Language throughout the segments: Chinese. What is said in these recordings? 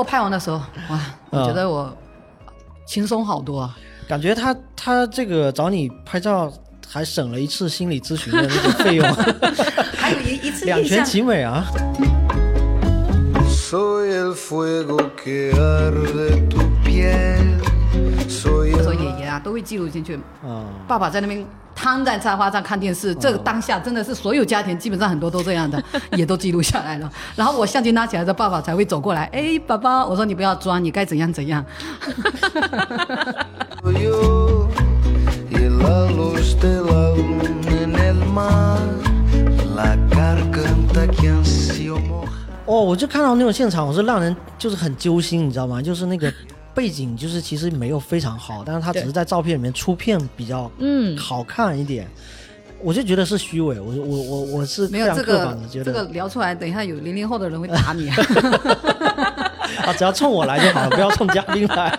后拍完的时候，哇，我觉得我轻松好多啊。 感觉他这个找你拍照还省了一次心理咨询的那个费用， 还有一次两全其美啊。 我说爷爷啊都会记录进去。爸爸在那边瘫在沙发上看电视，这个当下真的是所有家庭基本上很多都这样的，也都记录下来了。然后我相机拿起来的爸爸才会走过来，哎，爸爸，我说你不要装，你该怎样怎样。 哦，我就看到那种现场，我是让人就是很揪心，你知道吗？就是那个背景就是其实没有非常好，但是他只是在照片里面出片比较好看一点，我就觉得是虚伪。我是非常刻板的觉得这个聊出来，等一下有00后的人会打你啊。 啊，只要冲我来就好了，不要冲嘉宾来。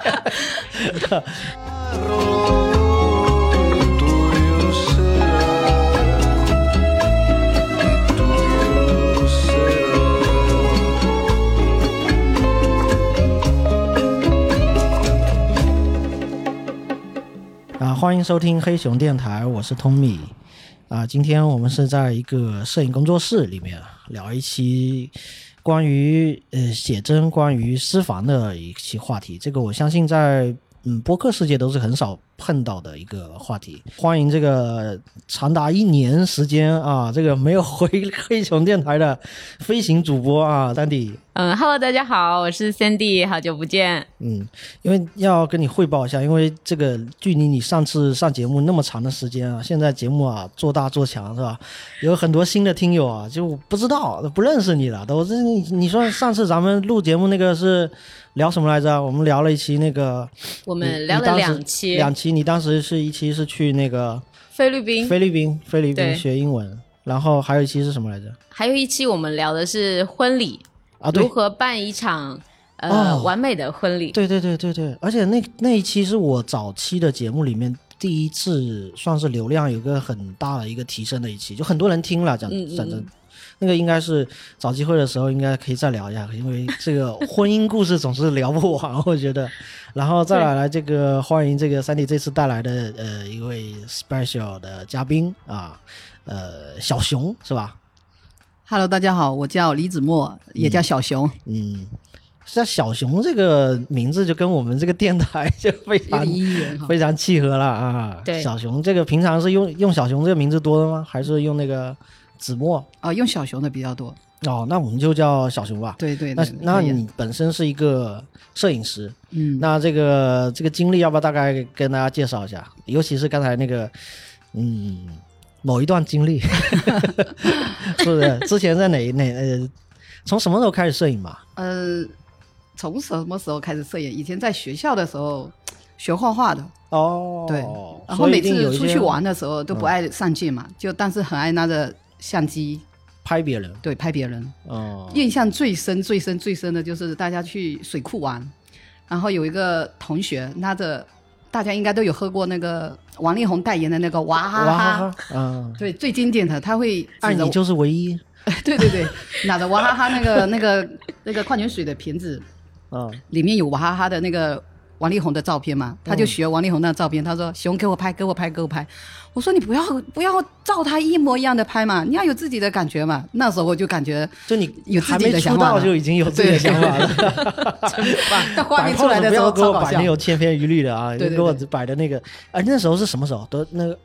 欢迎收听黑熊电台，我是 Tommy。今天我们是在一个摄影工作室里面聊一期关于写真、关于私房的一期话题。这个我相信在播客世界都是很少碰到的一个话题。欢迎这个长达1年时间啊，这个没有回黑熊电台的飞行主播啊，Sandy。 Hello， 大家好，我是 Sandy， 好久不见。 因为要跟你汇报一下，因为这个距离你上次上节目那么长的时间啊，现在节目啊做大做强是吧？有很多新的听友啊，就不知道不认识你了，都是你说上次咱们录节目那个是聊什么来着？我们聊了一期那个， 我们聊了2期， 你当时是一期是去那个菲律宾学英文，然后还有一期是什么来着？ 还有一期我们聊的是婚礼啊，如何办一场完美的婚礼。对， 而且那一期是我早期的节目里面第一次算是流量有个很大的一个提升的一期，就很多人听了讲真。那个应该是找机会的时候应该可以再聊一下，因为这个婚姻故事总是聊不完我觉得。然后再来这个欢迎这个Sandy这次带来的一位 special 的嘉宾啊，小熊是吧？ Hello， 大家好，我叫李子墨，也叫小熊。 像小熊这个名字就跟我们这个电台就非常契合了啊。对，小熊这个平常是用小熊这个名字多的吗？还是用那个子墨？ 用小熊的比较多。 那我们就叫小熊吧。对，那你本身是一个摄影师，那这个经历要不要大概跟大家介绍一下？尤其是刚才那个某一段经历，是不是？之前在从什么时候开始摄影嘛？ 从什么时候开始摄影？以前在学校的时候学画画的。对。然后每次出去玩的时候都不爱上镜嘛，但是很爱拿着相机拍别人。 对，拍别人。印象最深的就是大家去水库玩，然后有一个同学拿着，大家应该都有喝过那个王力宏代言的那个娃哈哈。对，最经典的，他会爱你就是唯一。 对，拿着娃哈哈那个矿泉水的瓶子，里面有娃哈哈的那个王力宏的照片嘛，他就学王力宏那照片，他说熊给我拍。我说你不要照他一模一样的拍嘛，你要有自己的感觉嘛。那时候我就感觉，就你有自己的想法了， 还没出道就已经有自己的想法了。 真棒！但画面出来的时候不要给我摆那有千篇一律的啊！ 对， 给我摆的那个，那时候是什么时候？都那个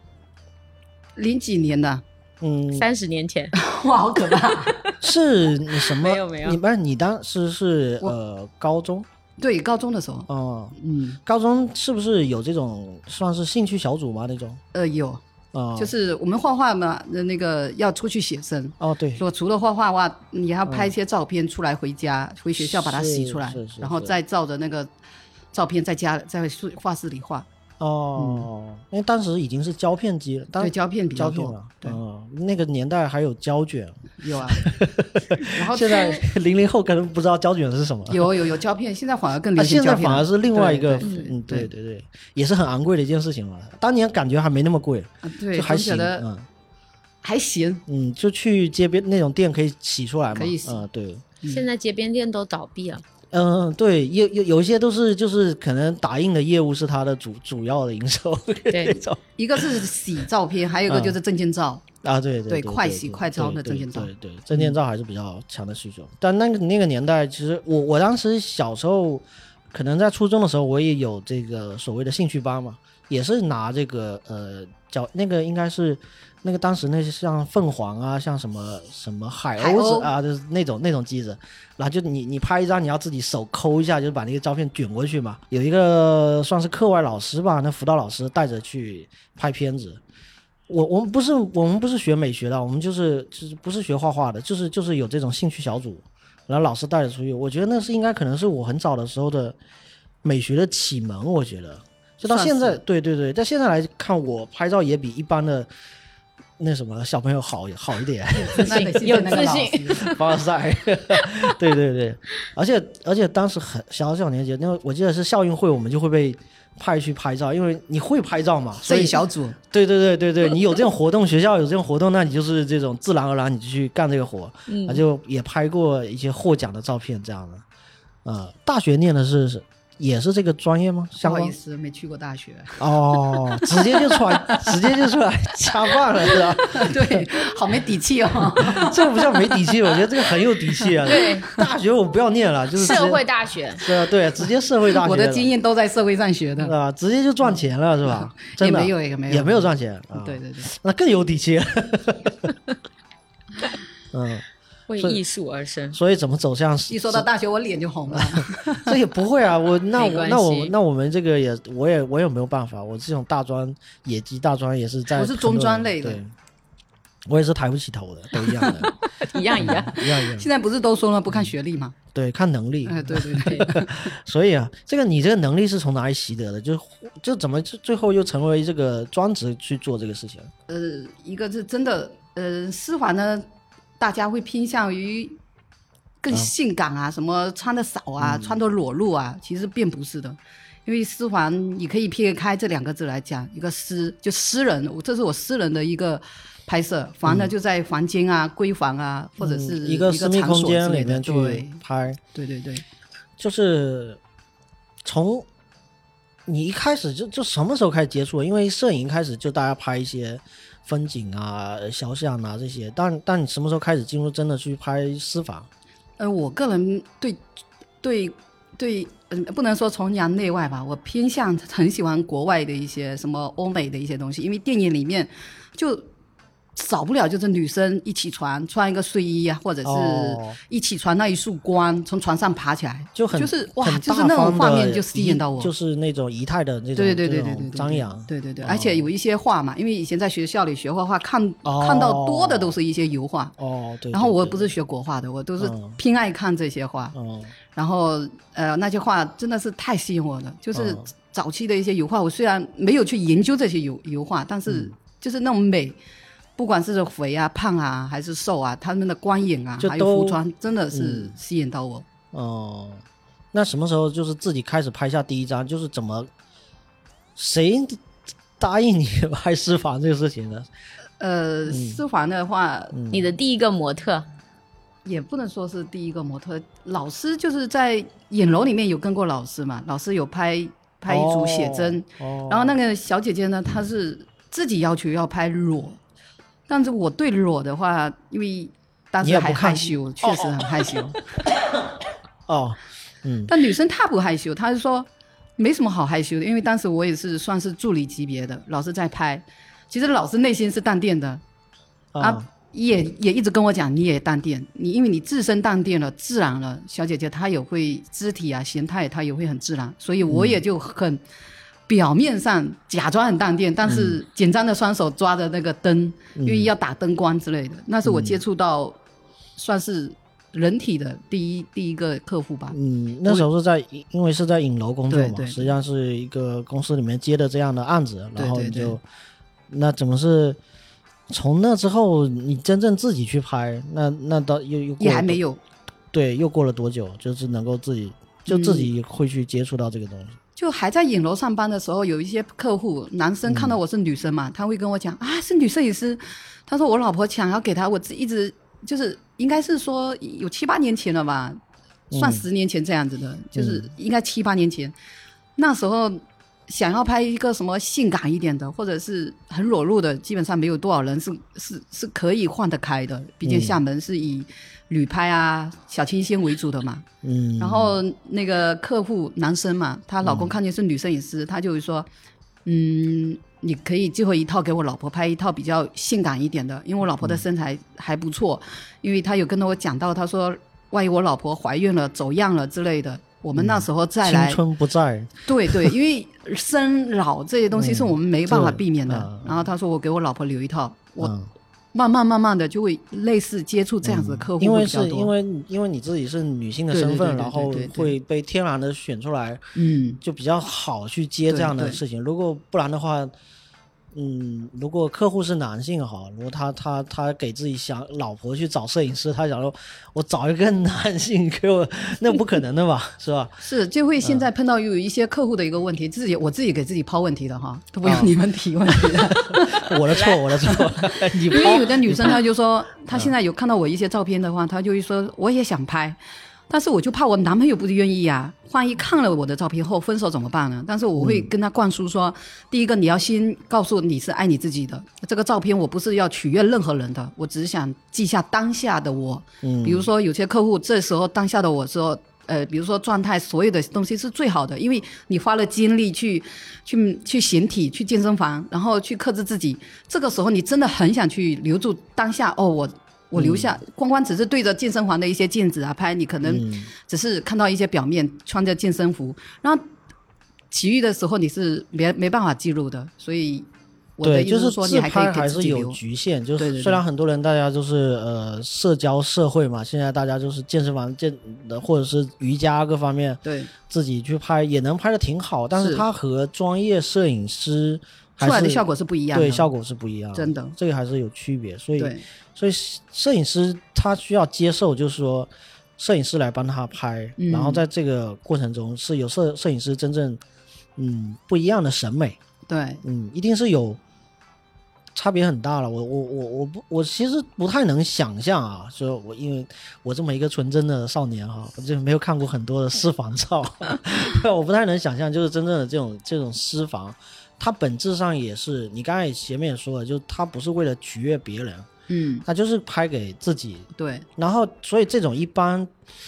00几年的 ，30年前。 哇，好可怕！ 是你什么？ 没有， 你当时是高中？ 对，高中的时候。 高中是不是有这种算是兴趣小组吗？那种？ 有。就是我们画画嘛，那个要出去写生。 对。 说除了画画的话，你还要拍一些照片出来，回学校把它洗出来，然后再照着那个照片在画室里画。 因为当时已经是胶片机了， 对，胶片比较多了。对，那个年代还有胶卷。 有啊。然后现在00后可能不知道胶卷是什么。 有胶片，现在反而更流行胶片。 现在反而是另外一个，对，也是很昂贵的一件事情了。当年感觉还没那么贵， 对， 就还行， 还行。 就去街边那种店可以洗出来嘛， 可以洗。 对。 现在街边店都倒闭了。 对，有一些都是就是可能打印的业务是他的主要的营收。 对， 一个是洗照片，还有一个就是证件照。 对， 快洗快照的证件照。 对，证件照还是比较强的需求。但那个年代，其实我当时小时候，可能在初中的时候，我也有这个所谓的兴趣班嘛，也是拿这个那个应该是那个当时那些像凤凰啊，像什么海鸥子啊，就是那种机子，然后就你拍一张，你要自己手抠一下，就是把那个照片卷过去嘛。有一个算是课外老师吧，那辅导老师带着去拍片子。我们不是学美学的，我们就是不是学画画的，就是有这种兴趣小组，然后老师带着出去。我觉得那是应该可能是我很早的时候的美学的启蒙，我觉得。就到现在，对，在现在来看，我拍照也比一般的那什么小朋友好一点， 有自信， 凡尔赛，对，而且当时很小年纪，那我记得是校运会，我们就会被派去拍照，因为你会拍照嘛， 摄影小组， 对，你有这种活动，学校有这种活动，那你就是这种自然而然你就去干这个活，就也拍过一些获奖的照片这样的。大学念的是。也是这个专业吗？ 不好意思，没去过大学。 直接就出来掐饭了是吧？ 对，好没底气哦。 这个不叫没底气，我觉得这个很有底气啊。 对， 大学我不要念了，就是社会大学。 对，直接社会大学。 我的经验都在社会上学的， 是吧？直接就赚钱了是吧？真的也没有赚钱。 对， 那更有底气了。 为艺术而生， 所以怎么走向？ 一说到大学，我脸就红了。 这也不会啊，那我们这个我也没有办法。我这种大专野鸡大专也是在， 我是中专类的， 对，我也是抬不起头的，都一样的， 一样。 现在不是都说了不看学历吗？ 对，看能力。 对。 所以啊，你这个能力是从哪里习得的？就怎么最后又成为这个专职去做这个事情？ 一个是真的，丝环呢。大家会偏向于更性感啊，什么穿的少啊，穿的裸露啊，其实并不是的。因为丝环你可以撇开这两个字来讲，一个就私人，这是我私人的一个拍摄，房呢就在房间啊、闺房啊，或者是一个私密空间里面去拍。 对， 就是从你一开始就什么时候开始接触？因为摄影开始就大家拍一些风景啊、肖像啊这些，但你什么时候开始进入真的去拍私房？ 我个人对，不能说崇洋媚外吧，我偏向很喜欢国外的一些什么欧美的一些东西，因为电影里面就少不了就是女生一起床穿一个睡衣啊，或者是一起床那一束光从床上爬起来，就是哇，就是那种画面就吸引到我， 就是那种仪态的那种对张扬， 对，而且有一些画嘛，因为以前在学校里学画画，看到多的都是一些油画对， 然后我不是学国画的，我都是偏爱看这些画，然后那些画真的是太吸引我了，就是早期的一些油画，我虽然没有去研究这些油画，但是就是那种美。不管是肥啊、胖啊，还是瘦啊，他们的光影啊，还有服装，真的是吸引到我。 那什么时候就是自己开始拍下第一张？就是谁答应你拍私房这个事情呢？ 私房的话， 你的第一个模特也不能说是第一个模特，老师就是在影楼里面有跟过老师嘛，老师有拍一组写真，然后那个小姐姐呢，她是自己要求要拍裸。但是我对裸的话，因为当时还害羞，确实很害羞。但女生她不害羞，她是说没什么好害羞的，因为当时我也是算是助理级别的，老师在拍，其实老师内心是淡定的，也一直跟我讲，你也淡定，因为你自身淡定了，自然了，小姐姐她也会肢体啊、形态，她也会很自然，所以我也就很。表面上假装很淡定，但是紧张的双手抓着那个灯，因为要打灯光之类的，那是我接触到算是人体的第一个客户吧。 那时候是因为是在影楼工作嘛，实际上是一个公司里面接的这样的案子，然后你就那怎么是从那之后你真正自己去拍，那到又也还没有， 对，又过了多久，就是能够自己会去接触到这个东西。 就还在影楼上班的时候，有一些客户男生看到我是女生嘛，他会跟我讲是女摄影师，他说我老婆想要给他，我一直就是应该是说有7-8年前了吧， 算10年前这样子的，就是应该7、8年前，那时候想要拍一个什么性感一点的，或者是很裸露的，基本上没有多少人是可以换得开的，毕竟厦门是以旅拍啊小清新为主的嘛。然后那个客户男生嘛，她老公看见是女摄影师，他就会说你可以最后一套给我老婆拍一套比较性感一点的，因为我老婆的身材还不错，因为他有跟我讲到，他说万一我老婆怀孕了走样了之类的，我们那时候再来青春不在。 对，因为生老这些东西是我们没办法避免的。然后他说我给我老婆留一套，我慢慢的就会类似接触这样子的客户比较多。 因为你自己是女性的身份，然后会被天然的选出来，就比较好去接这样的事情。如果不然的话，如果客户是男性哈，如果他给自己想老婆去找摄影师，他想说我找一个男性给我，那不可能的吧，是吧？ 是，就会现在碰到有一些客户的一个问题，我自己给自己抛问题的哈，都不用你们提问题的。 我的错。 因为有的女生她就说，她现在有看到我一些照片的话，她就会说我也想拍。但是我就怕我男朋友不愿意啊，万一看了我的照片后分手怎么办呢？但是我会跟他灌输说，第一个你要先告诉你是爱你自己的，这个照片我不是要取悦任何人的，我只是想记下当下的我。比如说有些客户这时候当下的我说比如说状态所有的东西是最好的，因为你花了精力去形体，去健身房，然后去克制自己，这个时候你真的很想去留住当下。我留下光只是对着健身房的一些镜子啊拍，你可能只是看到一些表面，穿着健身服，然后其余的时候你是没办法记录的。所以我的意思是说，你还可以给自己留。 还是有局限，就是虽然很多人大家就是社交社会嘛，现在大家就是健身房或者是瑜伽各方面， 对自己去拍也能拍得挺好，但是他和专业摄影师出来的效果是不一样的， 对，效果是不一样的， 真的， 这个还是有区别。所以摄影师他需要接受，就是说摄影师来帮他拍，然后在这个过程中是有摄影师真正不一样的审美， 对， 一定是有差别很大了。我其实不太能想象啊，说因为我这么一个纯真的少年哈，我就没有看过很多的私房照，我不太能想象，就是真正的这种私房，它本质上也是你刚才前面也说了，就是它不是为了取悦别人，它就是拍给自己。 对， 然后所以这种一般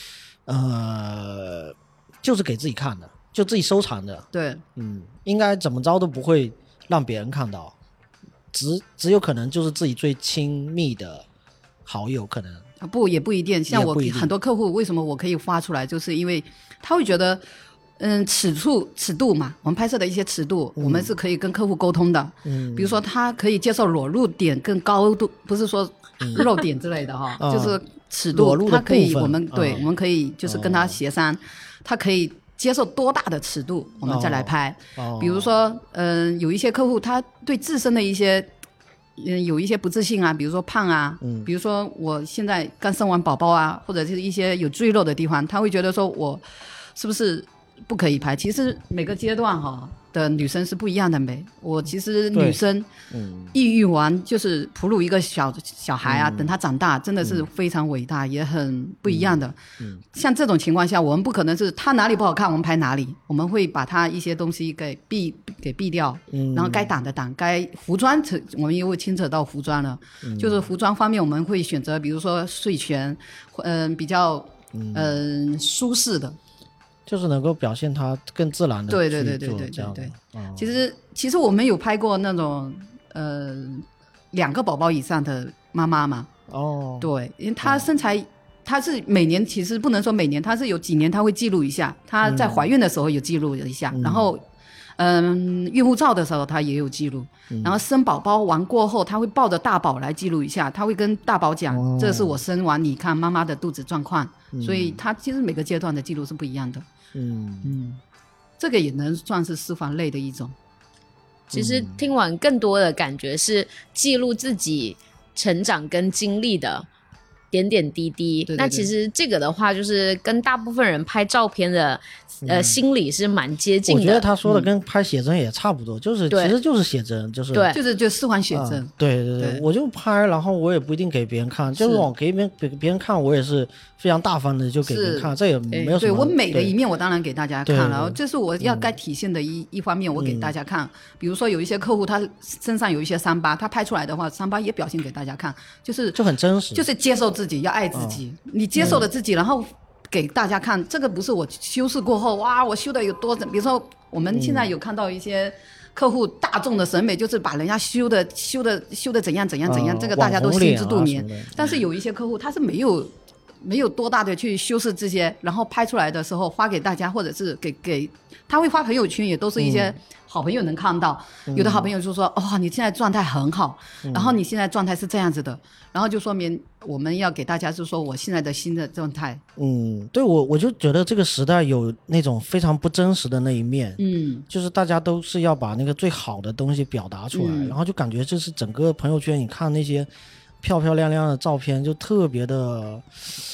就是给自己看的，就自己收藏的。 对， 应该怎么着都不会让别人看到，只有可能就是自己最亲密的好友可能。 也不一定。像我很多客户为什么我可以发出来，就是因为他会觉得尺度嘛，我们拍摄的一些尺度，我们是可以跟客户沟通的。比如说他可以接受裸露点更高度，不是说肉点之类的哈，就是尺度他可以，我们可以就是跟他协商，他可以接受多大的尺度，我们再来拍。比如说有一些客户他对自身的一些有一些不自信啊，比如说胖啊，比如说我现在刚生完宝宝啊，或者是一些有赘肉的地方，他会觉得说我是不是不可以拍。其实每个阶段的女生是不一样的美。我其实女生抑郁完就是哺乳一个小孩啊，等她长大真的是非常伟大，也很不一样的。像这种情况下，我们不可能是她哪里不好看我们拍哪里，我们会把她一些东西给避掉，然后该挡的挡，该服装我们又会牵扯到服装了。就是服装方面我们会选择比如说睡裙，比较舒适的， 就是能够表现它更自然的去做。 对。其实我们有拍过那种2个宝宝以上的妈妈嘛。对，因为她身材她是每年，其实不能说每年，她是有几年她会记录一下，她在怀孕的时候有记录一下，然后孕妇照的时候她也有记录，然后生宝宝完过后她会抱着大宝来记录一下，她会跟大宝讲，这是我生完你看妈妈的肚子状况。所以她其实每个阶段的记录是不一样的。这个也能算是私房类的一种。 其实听完更多的感觉是记录自己成长跟经历的点点滴滴。对对对，那其实这个的话，就是跟大部分人拍照片的心理是蛮接近的。 我觉得他说的跟拍写真也差不多，就是其实就是写真，就是就四环写真。 对对对，我就拍，然后我也不一定给别人看，就是我给别人看，我也是非常大方的就给别人看，这也没有什么。 对，我美的一面我当然给大家看了，这是我要该体现的一方面，我给大家看。比如说有一些客户他身上有一些伤疤，他拍出来的话，伤疤也表现给大家看，就很真实，就是接受自己，要爱自己。你接受了自己，然后给大家看，这个不是我修饰过后，哇，我修的有多，比如说我们现在有看到一些客户大众的审美，就是把人家修的怎样怎样怎样，这个大家都心知肚明。但是有一些客户他是没有多大的去修饰这些，然后拍出来的时候发给大家，或者是给他会发朋友圈，也都是一些好朋友能看到。有的好朋友就说哦，你现在状态很好，然后你现在状态是这样子的，然后就说明我们要给大家就说我现在的新的状态。 对，我就觉得这个时代有那种非常不真实的那一面，就是大家都是要把那个最好的东西表达出来，然后就感觉就是整个朋友圈你看那些漂漂亮亮的照片就特别的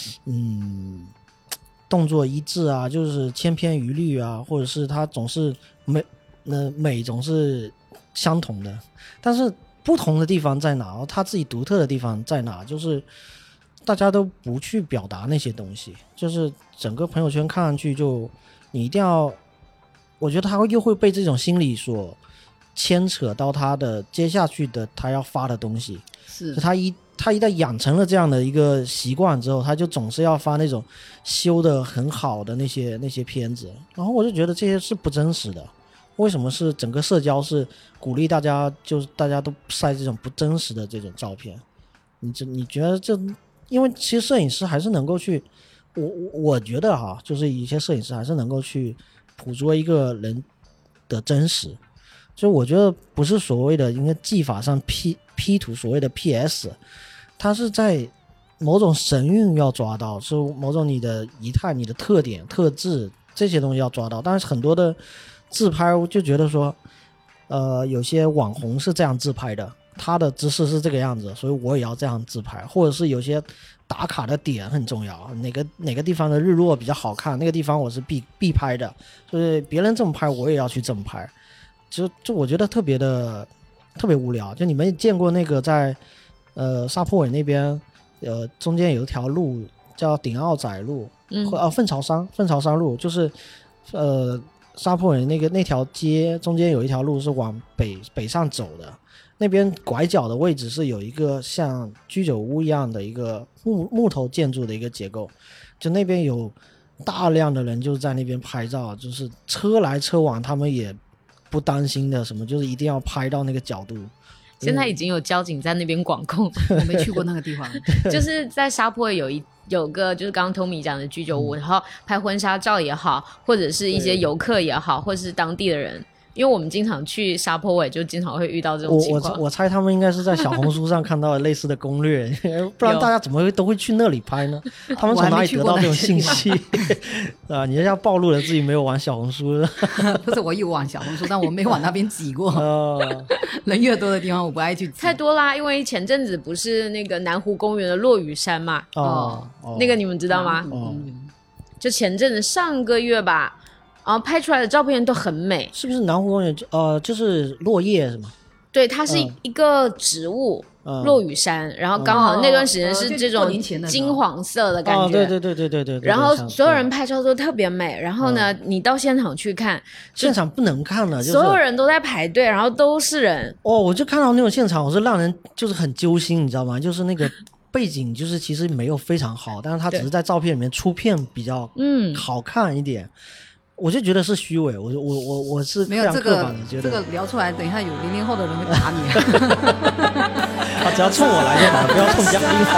动作一致啊，就是千篇一律啊，或者是它总是美总是相同的，但是不同的地方在哪，它自己独特的地方在哪，就是大家都不去表达那些东西，就是整个朋友圈看上去就你一定要，我觉得他又会被这种心理所牵扯到他的接下去的他要发的东西，是他一旦养成了这样的一个习惯之后，他就总是要发那种修得很好的那些片子，然后我就觉得这些是不真实的。为什么是整个社交是鼓励大家，就是大家都晒这种不真实的这种照片？你觉得这，因为其实摄影师还是能够去，我觉得哈，就是一些摄影师还是能够去捕捉一个人的真实。所以我觉得不是所谓的应该技法上 P 图所谓的 PS， 它是在某种神韵要抓到，是某种你的仪态、你的特点、特质这些东西要抓到。但是很多的自拍我就觉得说有些网红是这样自拍的，他的姿势是这个样子，所以我也要这样自拍，或者是有些打卡的点很重要，哪个地方的日落比较好看，那个地方我是必拍的，所以别人这么拍我也要去这么拍，就我觉得特别无聊。就你们见过那个在沙坡尾那边中间有一条路叫顶奥仔路，粪巢山路，就是沙坡尾那条街中间有一条路是往北上走的，那边拐角的位置是有一个像居酒屋一样的一个木头建筑的一个结构，就那边有大量的人就在那边拍照，就是车来车往他们也不担心的什么，就是一定要拍到那个角度。 现在已经有交警在那边管控我没去过那个地方就是在沙坡有个就是刚刚 Tommy 讲的居酒屋，然后拍婚纱照也好，或者是一些游客也好，或者是当地的人，因为我们经常去沙坡尾就经常会遇到这种情况。 我猜他们应该是在小红书上看到类似的攻略不然大家怎么都会去那里拍呢？他们从哪里得到这种信息啊？你要暴露了自己没有玩小红书不是，我有玩小红书，但我没往那边挤过人越多的地方我不爱去挤， 太多啦。因为前阵子不是那个南湖公园的落羽山嘛，那个你们知道吗？就前阵子上个月吧，然后拍出来的照片都很美。 是不是南湖公园就是落叶是吗？ 对，它是一个植物落羽山，然后刚好那段时间是这种金黄色的感觉， 对， 然后所有人拍照都特别美，然后呢你到现场去看， 现场不能看了，就是所有人都在排队，然后都是人我就看到那种现场，我是让人就是很揪心，你知道吗？就是那个背景就是其实没有非常好，但是它只是在照片里面出片比较好看一点，我就觉得是虚伪，我是非常刻板的觉得这个聊出来，等一下有00后的人会打你他只要冲我来就好了，不要冲嘉宾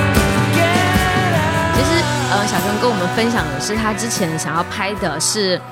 跟我们分享的是他之前想要拍的是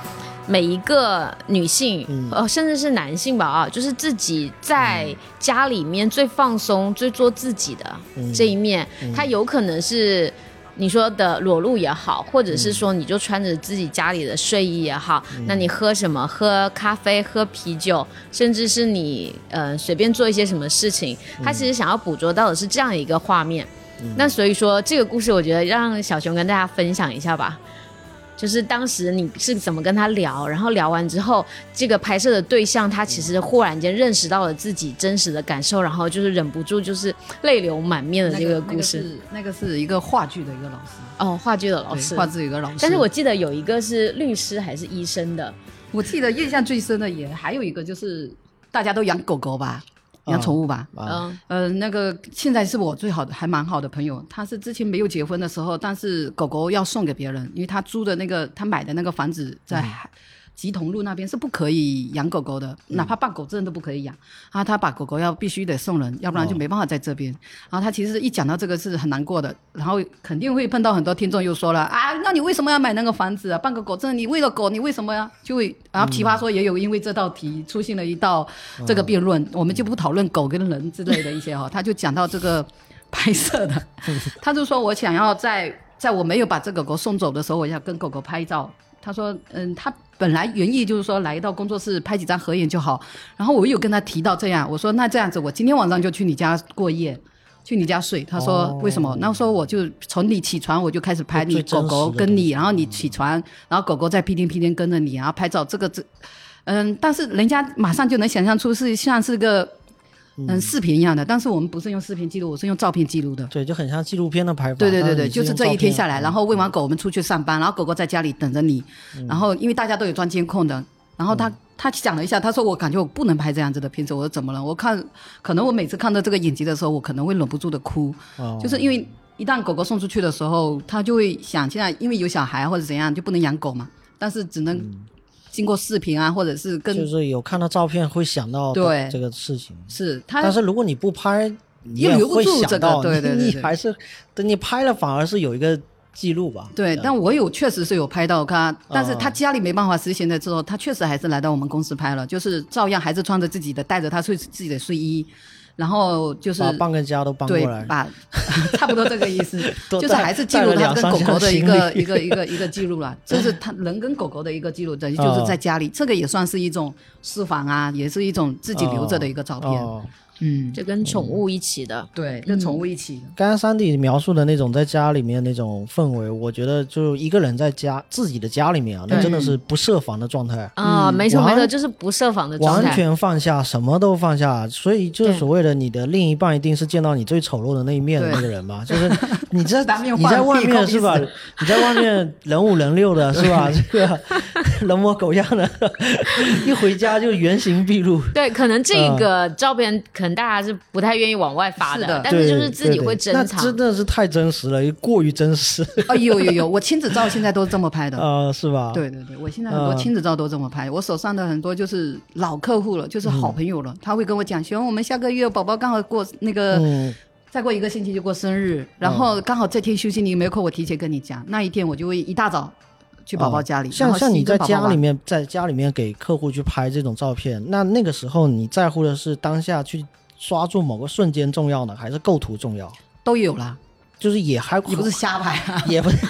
每一个女性，甚至是男性吧就是自己在家里面最放松、最做自己的这一面，他有可能是你说的裸露也好，或者是说你就穿着自己家里的睡衣也好，那你喝什么？喝咖啡、喝啤酒，甚至是你随便做一些什么事情，他其实想要捕捉到的是这样一个画面。那所以说这个故事我觉得让小熊跟大家分享一下吧，就是当时你是怎么跟他聊，然后聊完之后这个拍摄的对象他其实忽然间认识到了自己真实的感受，然后就是忍不住就是泪流满面的这个故事。 那个是一个话剧的一个老师话剧的老师， 话剧一个老师， 但是我记得有一个是律师还是医生的， 我记得印象最深的也还有一个就是大家都养狗狗吧，养宠物吧，那个现在是我最好的还蛮好的朋友，他是之前没有结婚的时候，但是狗狗要送给别人，因为他租的那个他买的那个房子在吉同路那边是不可以养狗狗的，哪怕办狗证都不可以养啊！他把狗狗必须得送人，要不然就没办法在这边。然后他其实一讲到这个是很难过的，然后肯定会碰到很多听众又说了啊，那你为什么要买那个房子啊？办个狗证，你为了狗，你为什么呀？就会，然后奇葩说也有因为这道题出现了一道这个辩论，我们就不讨论狗跟人之类的一些他就讲到这个拍摄的，他就说我想要在我没有把这个狗送走的时候，我要跟狗狗拍照。他说他本来原意就是说来到工作室拍几张合影就好，然后我有跟他提到这样，我说那这样子我今天晚上就去你家过夜，去你家睡。他说为什么？那时候我就从你起床我就开始拍你狗狗跟你，然后你起床然后狗狗在屁颠屁颠跟着你，然后拍照但是人家马上就能想象出是像是个视频一样的，但是我们不是用视频记录，我是用照片记录的。 对，就很像纪录片的拍法。 对，就是这一天下来，然后喂完狗我们出去上班，然后狗狗在家里等着你，然后因为大家都有装监控的，然后他想了一下，他说我感觉我不能拍这样子的片子。我说怎么了？我看可能我每次看到这个影集的时候，我可能会忍不住的哭，就是因为一旦狗狗送出去的时候，他就会想现在因为有小孩或者怎样就不能养狗嘛，但是只能经过视频啊，或者是就是有看到照片会想到这个事情， 是但是如果你不拍，你也会想到， 对， 你还是等你拍了，反而是有一个记录吧。 对，但我确实是有拍到他，但是他家里没办法实现的之后，他确实还是来到我们公司拍了，就是照样还是穿着自己的，带着他自己的睡衣。然后就是把半个家都搬过来， 对，差不多这个意思，就是还是记录他跟狗狗的一个记录了，这是他人跟狗狗的一个记录，等于就是在家里，这个也算是一种私房啊，也是一种自己留着的一个照片。 就跟宠物一起的， 对，跟宠物一起的。 刚刚Sandy描述的那种在家里面那种氛围，我觉得就一个人在自己的家里面啊，那真的是不设防的状态没错，就是不设防的状态， 完全放下，什么都放下。所以就是所谓的你的另一半一定是见到你最丑陋的那一面的那个人嘛，就是你在外面是吧？你在外面人五人六的是吧？这个人模狗样的，一回家就原形毕露。 对，可能这个照片可能大家是不太愿意往外发的，但是就是自己会珍藏。 那真的是太真实了，过于真实。 有，我亲子照现在都这么拍的是吧？ 对，我现在很多亲子照都这么拍。我手上的很多就是老客户了，就是好朋友了，他会跟我讲，我们下个月宝宝刚好过那个再过1个星期就过生日，然后刚好这天休息，你有没有空？我提前跟你讲，那一天我就会一大早去宝宝家里。 像你在家里面给客户去拍这种照片，那个时候你在乎的是当下去刷住某个瞬间重要呢，还是构图重要？ 都有啦， 就是也不是瞎拍啊， 也不是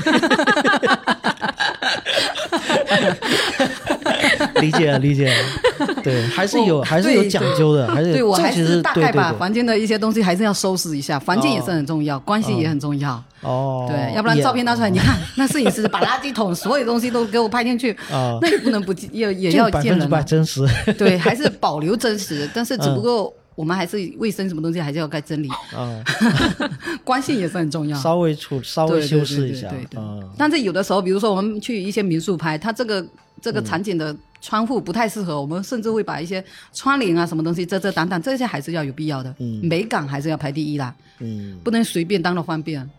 理解了，对，还是有讲究的，还是对，我还是大概把房间的一些东西还是要收拾一下，环境也是很重要，关系也很重要。对，要不然照片拿出来，你看那摄影师把垃圾桶所有东西都给我拍进去，那也不能不也要见人 100%真实。 对，还是保留真实，但是只不过我们还是卫生什么东西还是要该整理。关系也是很重要， 稍微修饰一下。对， 但是有的时候，比如说我们去一些民宿拍，它这个场景的窗户不太适合，我们甚至会把一些窗帘啊什么东西遮挡挡，这些还是要有必要的。美感还是要排第一啦。不能随便当了方便。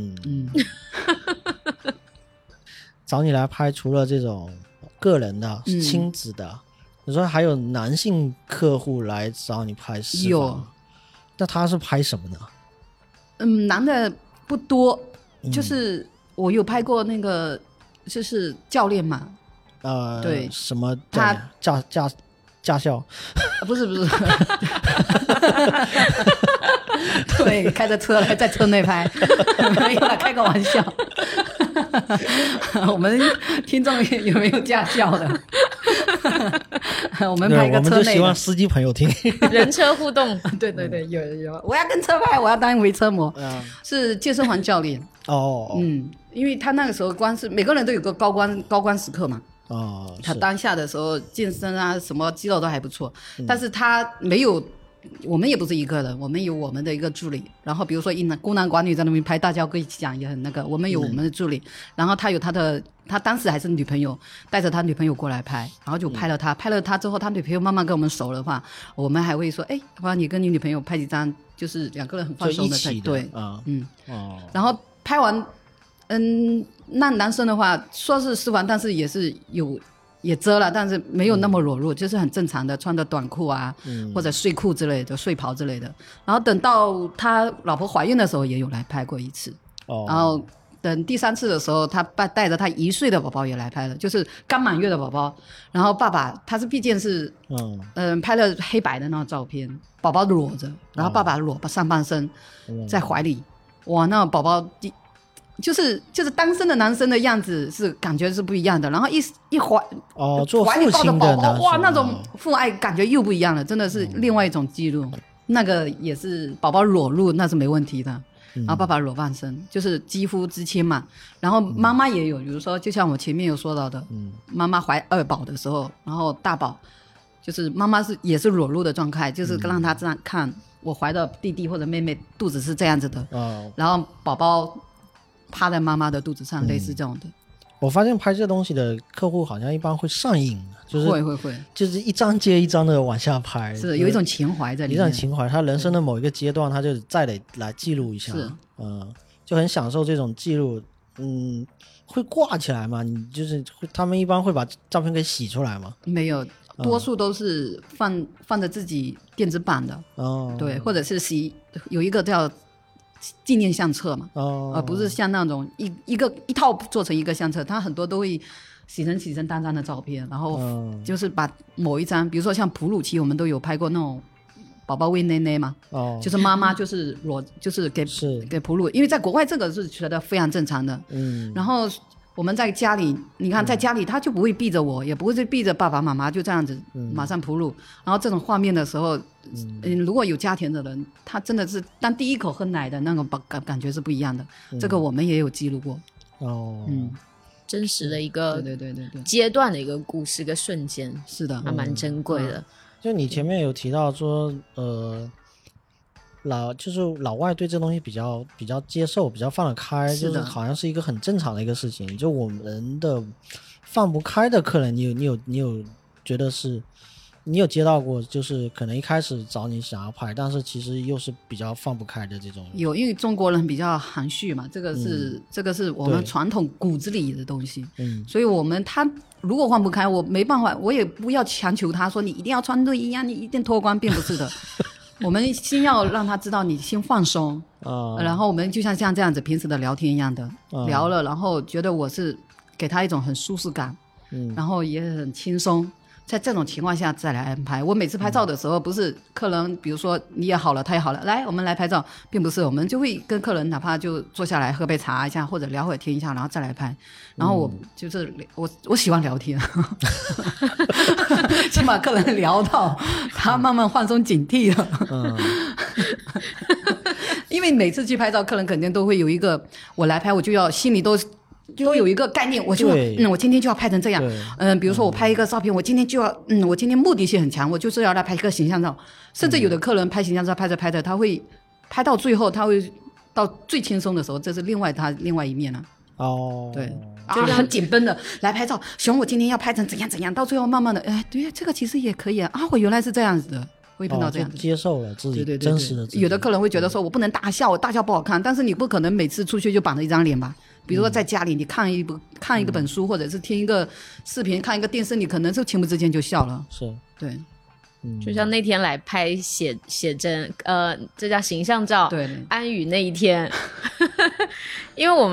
找你来拍，除了这种个人的、亲子的，你说还有男性客户来找你拍私房，有，那他是拍什么呢？ 男的不多，就是我有拍过那个就是教练嘛， 对， 什么他驾校？ 不是对，开着车来在车内拍，没有啦，开个玩笑。我们听众有没有驾校的？我们拍一个车内的， 我们就希望司机朋友听。 人车互动。 对，有，我要跟车拍，我要当围车模，是健身房教练。因为他那个时候光是每个人都有个高光时刻嘛。他当下的时候健身啊，什么肌肉都还不错，但是他没有，我们也不是一个人，我们有我们的一个助理，然后比如说孤男寡女在那边拍，大家可以讲也很那个，我们有我们的助理，然后他有他当时还是女朋友，带着他女朋友过来拍，然后就拍了他之后，他女朋友慢慢跟我们熟的话，我们还会说，好吧，你跟你女朋友拍几张，就是两个人很放松的才对，然后拍完。那男生的话说是试完，但是也遮了，但是没有那么裸露，就是很正常的穿的短裤啊，或者睡裤之类的、睡袍之类的。然后等到他老婆怀孕的时候也有来拍过一次，然后等第3次的时候，他带着他1岁的宝宝也来拍了，就是刚满月的宝宝。然后爸爸他毕竟是拍了黑白的那种照片，宝宝裸着，然后爸爸裸上半身在怀里，哇，那宝宝就是单身的男生的样子是感觉是不一样的，然后一怀做父亲的男生， 哇，那种父爱感觉又不一样了，真的是另外一种记录。那个也是宝宝裸露，那是没问题的。然后爸爸裸半身，就是肌肤之亲嘛。然后妈妈也有，比如说就像我前面有说到的，妈妈怀2宝的时候，然后大宝就是妈妈也是裸露的状态，就是让他这样看我怀的弟弟或者妹妹肚子是这样子的，然后宝宝趴在妈妈的肚子上，类似这种的。 我发现拍这东西的客户好像一般会上瘾，就是会， 就是一张接一张的往下拍， 是有一种情怀在里面， 一种情怀。他人生的某一个阶段，他就再得来记录一下，就很享受这种记录。会挂起来吗？你就是他们一般会把照片给洗出来吗？ 没有，多数都是放着自己电子版的，对，或者是有一个叫纪念相册嘛，不是像那种一套做成一个相册，它很多都会洗成单张的照片，然后就是把某一张，比如说像哺乳期，我们都有拍过那种宝宝喂奶奶嘛，就是妈妈就是就是给哺乳，因为在国外这个是觉得非常正常的，然后我们在家里，你看在家里他就不会逼着我，也不会逼着爸爸妈妈就这样子马上哺乳，然后这种画面的时候，如果有家庭的人，他真的是当第一口喝奶的那种感觉是不一样的，这个我们也有记录过。 真实的一个对阶段的一个故事，一个瞬间， 是的， 还蛮珍贵的。 就你前面有提到说，就是老外对这东西比较接受，比较放得开，就是好像是一个很正常的一个事情。就我们的放不开的客人，你有觉得是，你有接到过，就是可能一开始找你想要拍，但是其实又是比较放不开的这种。 有，因为中国人比较含蓄嘛，这个是我们传统骨子里的东西，所以他如果放不开，我没办法，我也不要强求他说你一定要穿内衣啊，你一定脱光，并不是的。我们先要让他知道你先放松，然后我们就像这样子平时的聊天一样的，聊了，然后觉得我是给他一种很舒适感，然后也很轻松，在这种情况下再来安排。我每次拍照的时候，不是客人比如说你也好了他也好了，来我们来拍照，并不是，我们就会跟客人哪怕就坐下来喝杯茶一下，或者聊会天一下，然后再来拍。然后我喜欢聊天先把客人聊到他慢慢放松警惕了因为每次去拍照，客人肯定都会有一个，我来拍我就要心里都有一个概念，我就我今天就要拍成这样，比如说我拍一个照片，我今天就要我今天目的性很强，我就是要来拍一个形象照，甚至有的客人拍形象照拍着拍着，他会拍到最后，他会到最轻松的时候，这是另外一面了。对，很紧绷的来拍照，熊我今天要拍成怎样怎样，到最后慢慢的，对，这个其实也可以啊，我原来是这样子的。会碰到这样子， 接受了自己真实的自己。 有的客人会觉得说我不能大笑，我大笑不好看，但是你不可能每次出去就绑着一张脸吧。比如说在家里你看一个本书，或者是听一个视频，看一个电视，你可能是情不自禁就笑了。 是， 对， 就像那天来拍写真，这叫形象照， 对， 安宇那一天因为我们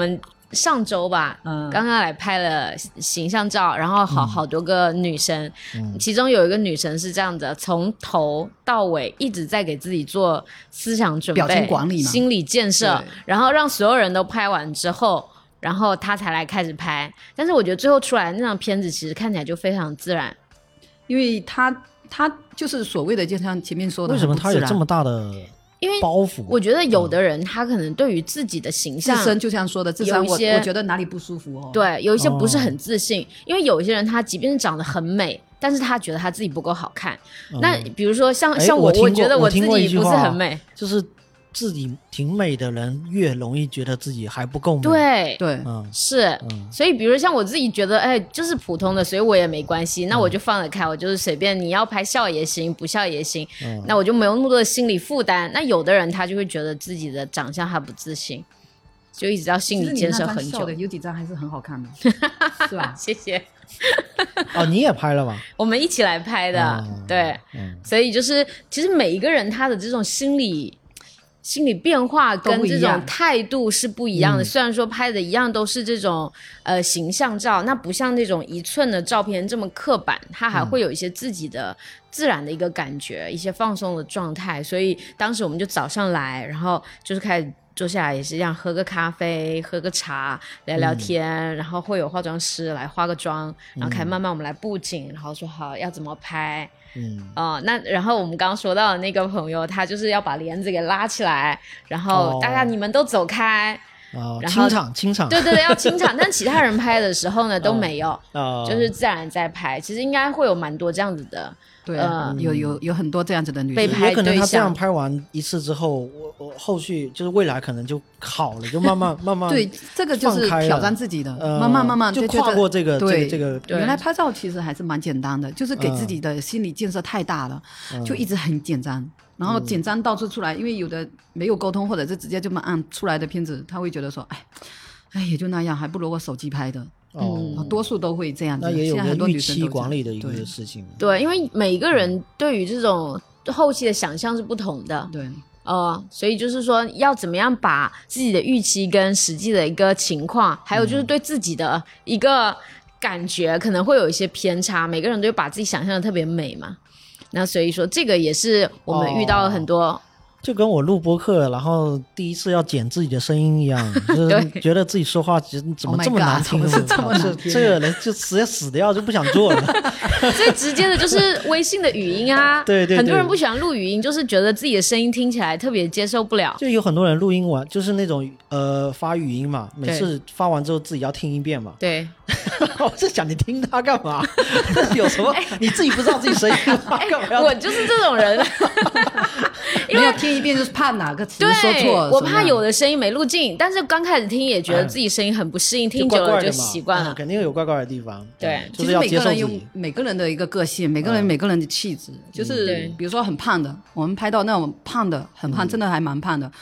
上周吧，刚刚来拍了形象照，然后好多个女生，其中有一个女生是这样的，从头到尾一直在给自己做思想准备、 表情管理嘛， 心理建设，然后让所有人都拍完之后，然后她才来开始拍。但是我觉得最后出来的那张片子其实看起来就非常自然， 因为她就是所谓的，就像前面说的， 为什么她有这么大的？ 因为包袱， 我觉得有的人他可能对于自己的形象， 自身就像说的，自身我觉得哪里不舒服哦。 对，有一些不是很自信，因为有一些人他即便是长得很美，但是他觉得他自己不够好看。那比如说像我觉得我自己不是很美， 就是自己挺美的人越容易觉得自己还不够美。 对，是，所以比如像我自己觉得就是普通的，所以我也没关系，那我就放得开，我就是随便你要拍笑也行，不笑也行，那我就没有那么多的心理负担。那有的人他就会觉得自己的长相还不自信，就一直要心理建设很久。 有几张还是很好看的，是吧？ 谢谢。 你也拍了吗？ 我们一起来拍的，对，所以就是其实每一个人他的这种心理变化跟这种态度是不一样的。虽然说拍的一样都是这种形象照，那不像那种1寸的照片这么刻板，它还会有一些自己的自然的一个感觉，一些放松的状态。所以当时我们就早上来，然后就是开始坐下来也是这样，喝个咖啡，喝个茶，聊聊天，然后会有化妆师来化个妆，然后开始慢慢我们来布景，然后说好要怎么拍。那然后我们刚刚说到的那个朋友，他就是要把帘子给拉起来，然后大家你们都走开，然后清场， 对，要清场。但其他人拍的时候呢都没有，就是自然在拍。其实应该会有蛮多这样子的， 对，有很多这样子的女生被拍对象。 有可能他这样拍完一次之后，我后续就是未来可能就好了，就慢慢对，这个就是挑战自己的，慢慢就跨过这个原来拍照其实还是蛮简单的，就是给自己的心理建设太大了，就一直很紧张，然后紧张到处出来，因为有的没有沟通，或者是直接这么按出来的片子，他会觉得说，哎，也就那样，还不如我手机拍的。多数都会这样子。 那也有个预期管理的一个事情。 对，因为每一个人对于这种后期的想象是不同的。 对。 所以就是说要怎么样把自己的预期跟实际的一个情况，还有就是对自己的一个感觉可能会有一些偏差，每个人都会把自己想象的特别美嘛。那所以说这个也是我们遇到了很多就跟我录播客然后第一次要剪自己的声音一样，就是觉得自己说话怎么这么难听，这个人就直接死掉，就不想做了。 最直接的就是微信的语音啊， 对， 很多人不喜欢录语音，就是觉得自己的声音听起来特别接受不了。 就有很多人录音完就是那种发语音嘛，每次发完之后自己要听一遍嘛。 对。 我是想你听他干嘛？有什么你自己不知道自己声音干嘛？ 我就是这种人。 因为听一遍就是怕哪个词说错， 我怕有的声音没录进，但是刚开始听也觉得自己声音很不适应，听久了就习惯了。 肯定有怪怪的地方。 对， 就是要接受自己。 其实每个人的一个个性，每个人的气质，就是比如说很胖的，我们拍到那种胖的很胖，真的还蛮胖的。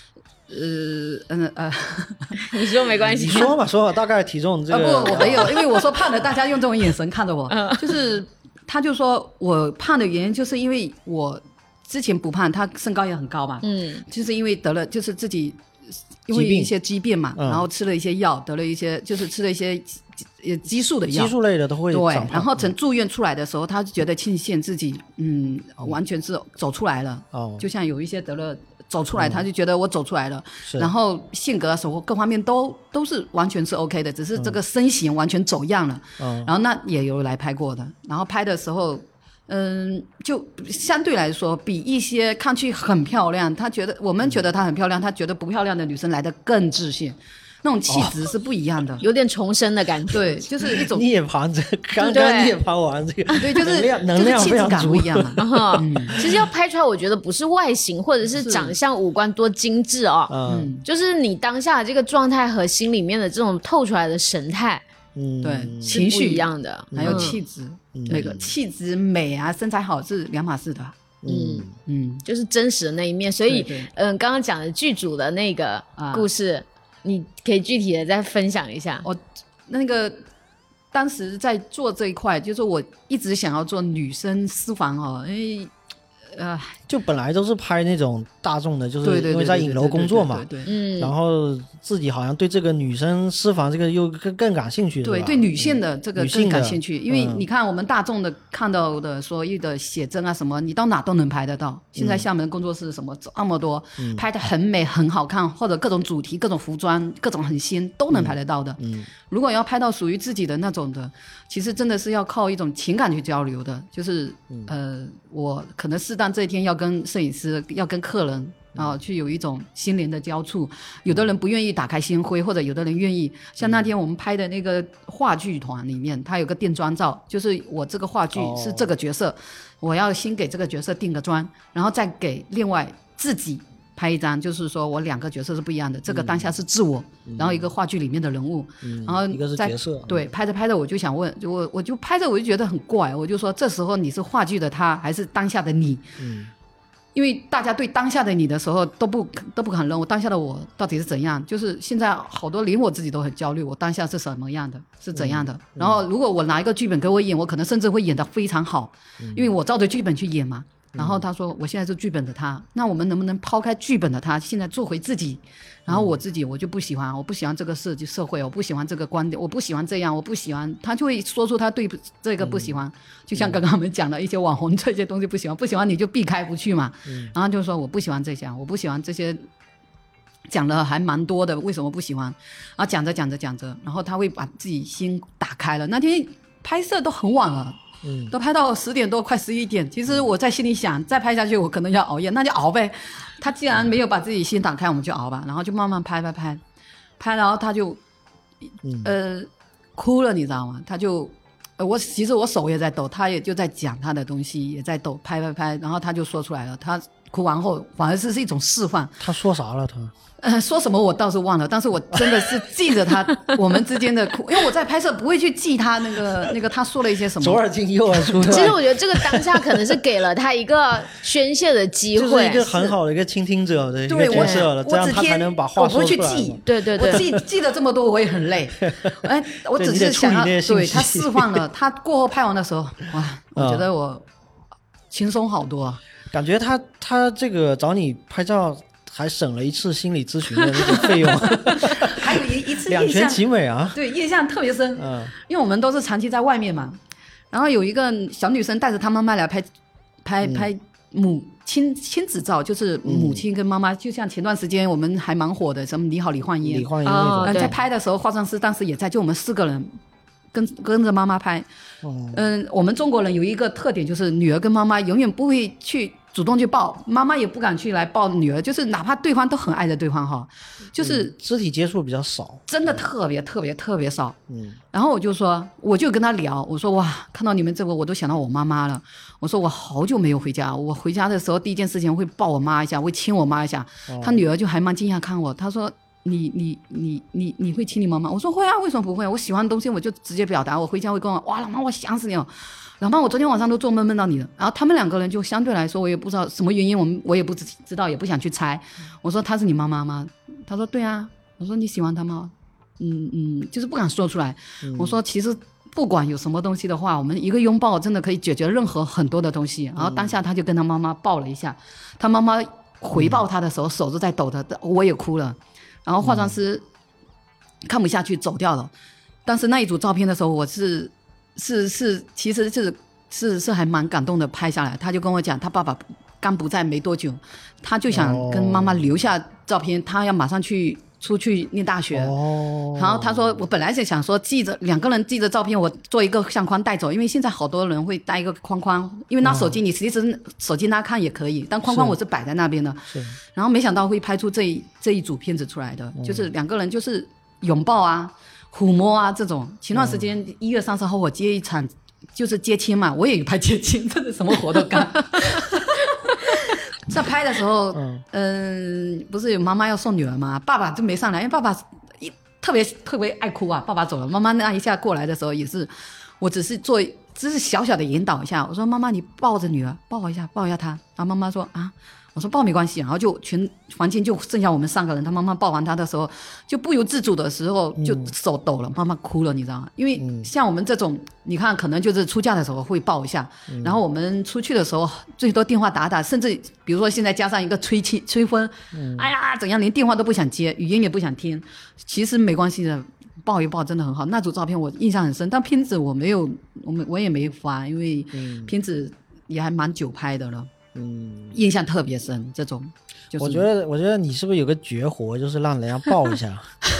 你说没关系， 你说吧，大概体重这个。 不，我没有，因为我说胖的，大家用这种眼神看着我，就是他就说我胖的原因，就是因为我之前不胖，他身高也很高嘛，就是因为得了，就是自己因为一些疾病嘛，然后吃了一些药，得了一些，就是吃了一些激素的药， 激素类的都会长胖。 对，然后从住院出来的时候，他就觉得庆幸自己完全是走出来了，就像有一些得了。走出来，他就觉得我走出来了，然后性格什么各方面都是完全是 OK 的，只是这个身形完全走样了。然后那也有来拍过的，然后拍的时候，就相对来说比一些看去很漂亮，我们觉得她很漂亮，她觉得不漂亮的女生来得更自信。那种气质是不一样的， 有点重生的感觉。 对，就是一种涅槃刚刚涅槃完这个， 对，就是能量气质感不一样嘛。其实要拍出来，我觉得不是外形或者是长相五官多精致哦，就是你当下的这个状态和心里面的这种透出来的神态， 对，情绪一样的， 还有气质，那个气质美啊，身材好是两码事的。 就是真实的那一面。所以，刚刚讲的剧组的那个故事。你可以具体的再分享一下。 我那个当时在做这一块，就是我一直想要做女生私房因为就本来都是拍那种大众的，就是因为在影楼工作嘛，然后自己好像对这个女生私房这个又更感兴趣， 对，对女性的这个更感兴趣，因为你看我们大众的看到的所有的写真啊什么，你到哪都能拍得到。现在厦门工作室什么这么多，拍的很美很好看，或者各种主题、各种服装、各种很新都能拍得到的。如果要拍到属于自己的那种的，其实真的是要靠一种情感去交流的，就是我可能适当这一天要跟摄影师、要跟客人去有一种心灵的交触。有的人不愿意打开心灰，或者有的人愿意。像那天我们拍的那个话剧团里面，他有个定妆照，就是我这个话剧是这个角色，我要先给这个角色定个妆，然后再给另外自己拍一张，就是说我2个角色是不一样的，这个当下是自我，然后一个话剧里面的人物，然后一个是角色。 对，拍着拍着我就想问，我就拍着我就觉得很怪，我就说这时候你是话剧的他还是当下的你？因为大家对当下的你的时候都不肯认我当下的我到底是怎样，就是现在好多连我自己都很焦虑，我当下是什么样的，是怎样的。然后如果我拿一个剧本给我演，我可能甚至会演得非常好，因为我照着剧本去演嘛。然后他说我现在是剧本的他，那我们能不能抛开剧本的他，现在做回自己？然后我自己我就不喜欢，我不喜欢这个社会，我不喜欢这个观点，我不喜欢这样，我不喜欢，他就会说出他对这个不喜欢，就像刚刚我们讲的一些网红这些东西不喜欢你就避开不去嘛。然后就说我不喜欢这些，我不喜欢这些，讲了还蛮多的，为什么不喜欢？然后讲着，然后他会把自己心打开了。那天拍摄都很晚了。都拍到10点多快11点，其实我在心里想再拍下去我可能要熬夜，那就熬呗。他既然没有把自己心打开，我们就熬吧。然后就慢慢拍，然后他就哭了，你知道吗？他就其实我手也在抖，他也就在讲他的东西也在抖，拍，然后他就说出来了。他哭完后反而是一种释放。 他说啥了他？ 说什么我倒是忘了，但是我真的是记着他我们之间的哭，因为我在拍摄不会去记他那个他说了一些什么， 左耳进右耳出。 其实我觉得这个当下可能是给了他一个宣泄的机会， 就是一个很好的一个倾听者的一个角色了，这样他才能把话说出来。 我不会去记， 对， 我记得这么多我也很累。我只是想要对他释放了，他过后拍完的时候，哇，我觉得我轻松好多。 感觉他这个找你拍照还省了一次心理咨询的那个费用， 还有一次两全其美啊！ 对，印象特别深。因为我们都是长期在外面嘛，然后有一个小女生带着她妈妈来拍亲子照，就是母亲跟妈妈，就像前段时间我们还蛮火的，什么你好李焕英那种，在拍的时候化妆师当时也在，就我们4个人跟着妈妈拍。我们中国人有一个特点，就是女儿跟妈妈永远不会去主动去抱，妈妈也不敢去来抱女儿，就是哪怕对方都很爱着对方哈，就是肢体接触比较少， 真的特别少。然后我就跟他聊，我说哇，看到你们这个我都想到我妈妈了。我说我好久没有回家，我回家的时候第一件事情会抱我妈一下，会亲我妈一下。他女儿就还蛮惊讶看我，他说你会亲你妈妈？我说会啊，为什么不会？我喜欢的东西我就直接表达，我回家会跟我哇老妈我想死你了。老妈我昨天晚上都做梦到你了。然后他们2个人就相对来说我也不知道什么原因，我也不知道，也不想去猜。我说她是你妈妈吗？他说对啊。我说你喜欢她吗？就是不敢说出来。我说其实不管有什么东西的话，我们一个拥抱真的可以解决任何很多的东西。然后当下他就跟他妈妈抱了一下，他妈妈回抱他的时候手是在抖的，我也哭了。然后化妆师看不下去走掉了。但是那一组照片的时候我其实是还蛮感动的，拍下来。他就跟我讲他爸爸刚不在没多久，他就想跟妈妈留下照片，他要马上出去念大学。然后他说我本来是想说2个人记着照片，我做一个相框带走，因为现在好多人会带一个框框，因为拿手机你其实手机拿看也可以，但框框我是摆在那边的。然后没想到会拍出这一组片子出来的，就是2个人就是拥抱啊抚摸啊这种。前段时间1月30号我接一场就是接亲嘛，我也有拍接亲，真的什么活都干。在拍的时候不是有妈妈要送女儿吗？爸爸就没上来，因为爸爸特别爱哭啊。爸爸走了，妈妈那一下过来的时候也是，我只是做只是小小的引导一下，我说妈妈你抱着女儿抱一下她，然后妈妈说啊，我说抱没关系，然后就全房间就剩下我们3个人，他妈妈抱完她的时候就不由自主的时候就手抖了，妈妈哭了，你知道吗？因为像我们这种你看可能就是出嫁的时候会抱一下，然后我们出去的时候最多电话打打，甚至比如说现在加上一个催婚，哎呀怎样连电话都不想接，语音也不想听，其实没关系的，抱一抱真的很好。那组照片我印象很深，但片子我也没发，因为片子也还蛮久拍的了。印象特别深。这种、就是、 我觉得你是不是有个绝活，就是让人家抱一下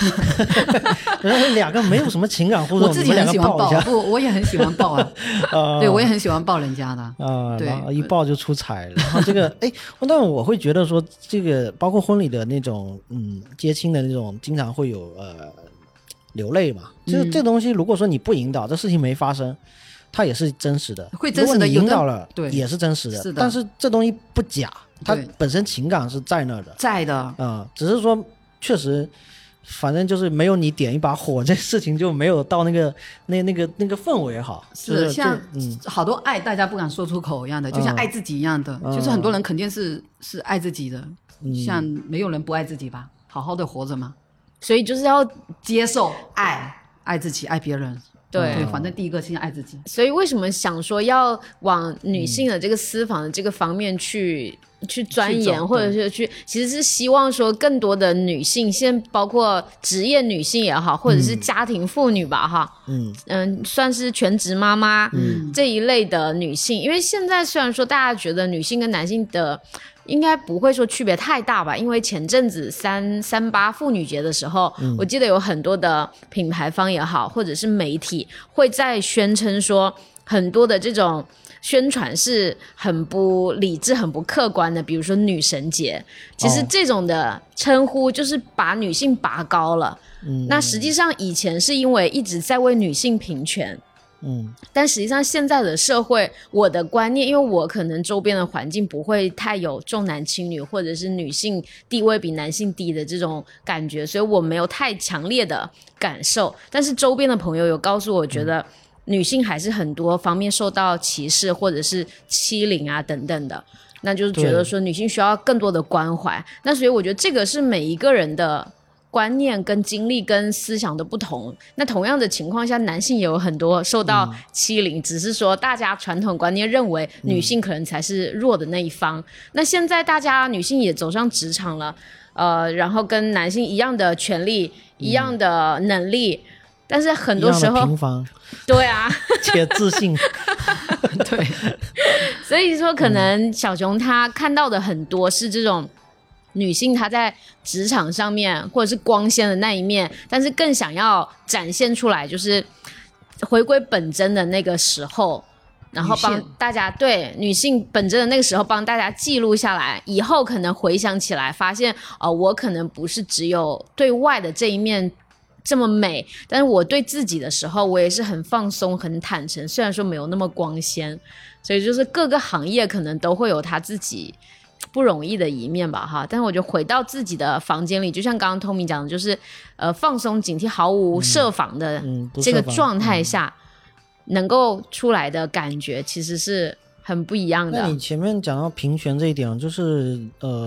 两个没有什么情感互动， 我自己很喜欢抱，不，我也很喜欢抱啊对，我也很喜欢抱人家的对， 然后一抱就出彩了。然后这个但我会觉得说这个包括婚礼的那种接亲的那种经常会有流泪嘛，这东西如果说你不引导，这事情没发生，它也是真实的， 会真实的， 如果你引导了对也是真实的， 是的， 但是这东西不假，它本身情感是在那的， 在的只是说确实反正就是没有你点一把火，这事情就没有到那个氛围好， 是像好多爱大家不敢说出口一样的，就像爱自己一样的，就是很多人肯定是爱自己的，像没有人不爱自己吧，好好的活着嘛， 所以就是要接受爱自己，爱别人。对，反正第一个先爱自己。 所以为什么想说要往女性的这个私房的这个方面去钻研，或者是其实是希望说更多的女性，现在包括职业女性也好，或者是家庭妇女吧哈，算是全职妈妈这一类的女性，因为现在虽然说大家觉得女性跟男性的应该不会说区别太大吧，因为前阵子338妇女节的时候，我记得有很多的品牌方也好，或者是媒体会在宣称说很多的这种宣传是很不理智很不客观的，比如说女神节，其实这种的称呼就是把女性拔高了，那实际上以前是因为一直在为女性平权，但实际上现在的社会，我的观念，因为我可能周边的环境不会太有重男轻女或者是女性地位比男性低的这种感觉，所以我没有太强烈的感受，但是周边的朋友有告诉我，觉得女性还是很多方面受到歧视或者是欺凌啊等等的，那就是觉得说女性需要更多的关怀，那所以我觉得这个是每一个人的观念跟经历跟思想的不同，那同样的情况下男性也有很多受到欺凌，只是说大家传统观念认为女性可能才是弱的那一方，那现在大家女性也走上职场了，然后跟男性一样的权利一样的能力，但是很多时候一样的平凡， 对啊且自信对， 所以说可能小熊他看到的很多是这种女性她在职场上面或者是光鲜的那一面，但是更想要展现出来就是回归本真的那个时候，然后帮大家对女性本真的那个时候帮大家记录下来，以后可能回想起来发现我可能不是只有对外的这一面这么美，但是我对自己的时候我也是很放松很坦诚，虽然说没有那么光鲜，所以就是各个行业可能都会有他自己不容易的一面吧哈，但是我觉得回到自己的房间里，就像刚刚 Tommy 讲的，就是放松警惕毫无设防的这个状态下，能够出来的感觉其实是很不一样的。 那你前面讲到平权这一点，就是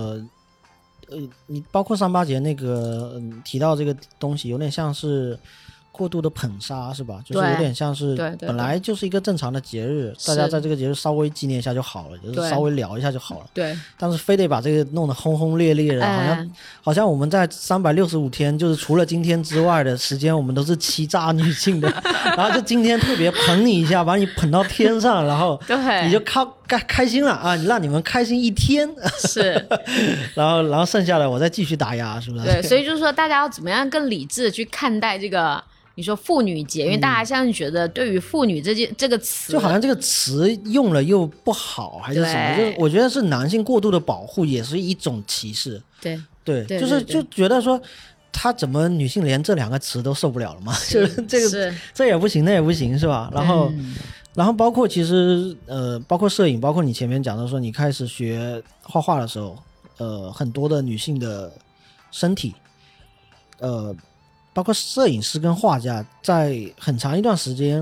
你包括38节那个提到这个东西有点像是过度的捧杀是吧，就是有点像是本来就是一个正常的节日，大家在这个节日稍微纪念一下就好了，就是稍微聊一下就好了，对，但是非得把这个弄得轰轰烈烈的，好像我们在365天就是除了今天之外的时间我们都是欺诈女性的然后就今天特别捧你一下，把你捧到天上，然后你就开心了啊，让你们开心一天是然后剩下的我再继续打压，是不是？ 对，所以就是说大家要怎么样更理智的去看待这个你说妇女节，因为大家现在觉得对于妇女这个词， 就好像这个词用了又不好还是什么，就我觉得是男性过度的保护也是一种歧视，对，就是就觉得说他怎么女性连这两个词都受不了了嘛，就是这也不行那也不行是吧，然后包括其实包括摄影，包括你前面讲的说你开始学画画的时候，很多的女性的身体包括摄影师跟画家在很长一段时间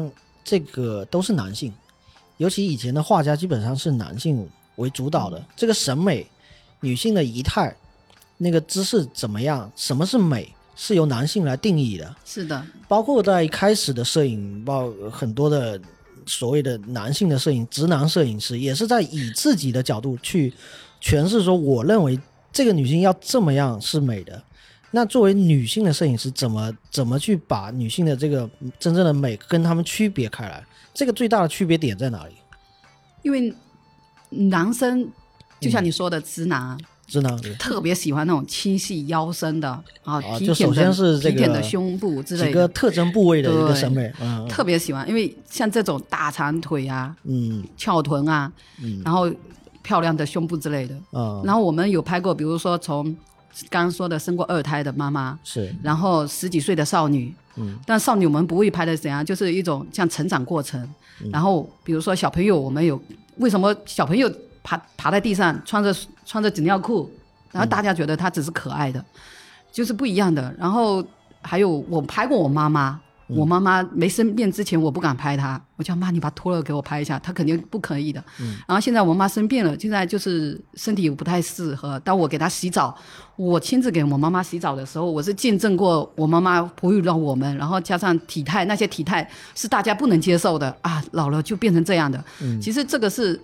这个都是男性，尤其以前的画家基本上是男性为主导的，这个审美女性的仪态那个姿势怎么样，什么是美是由男性来定义的。 是的， 包括在开始的摄影很多的所谓的男性的摄影直男摄影师也是在以自己的角度去诠释说我认为这个女性要这么样是美的。那作为女性的摄影师怎么去把女性的这个真正的美跟她们区别开来，这个最大的区别点在哪里？ 因为男生就像你说的直男特别喜欢那种纤细腰身的就首先是这个体贴的胸部之类的几个特征部位的一个审美， 特别喜欢。因为像这种大长腿啊，翘臀啊，然后漂亮的胸部之类的，然后我们有拍过，比如说从刚刚说的生过2胎的妈妈， 是， 然后10几岁的少女，但少女我们不会拍的怎样，就是一种像成长过程。然后比如说小朋友，我们有为什么小朋友爬在地上穿着纸尿裤，然后大家觉得他只是可爱的，就是不一样的。然后还有我拍过我妈妈，我妈妈没生病之前我不敢拍她，我叫妈你把脱了给我拍一下，她肯定不可以的。然后现在我妈生病了，现在就是身体不太适合，当我给她洗澡，我亲自给我妈妈洗澡的时候，我是见证过我妈妈哺育到我们，然后加上体态，那些体态是大家不能接受的啊，老了就变成这样的。其实这个是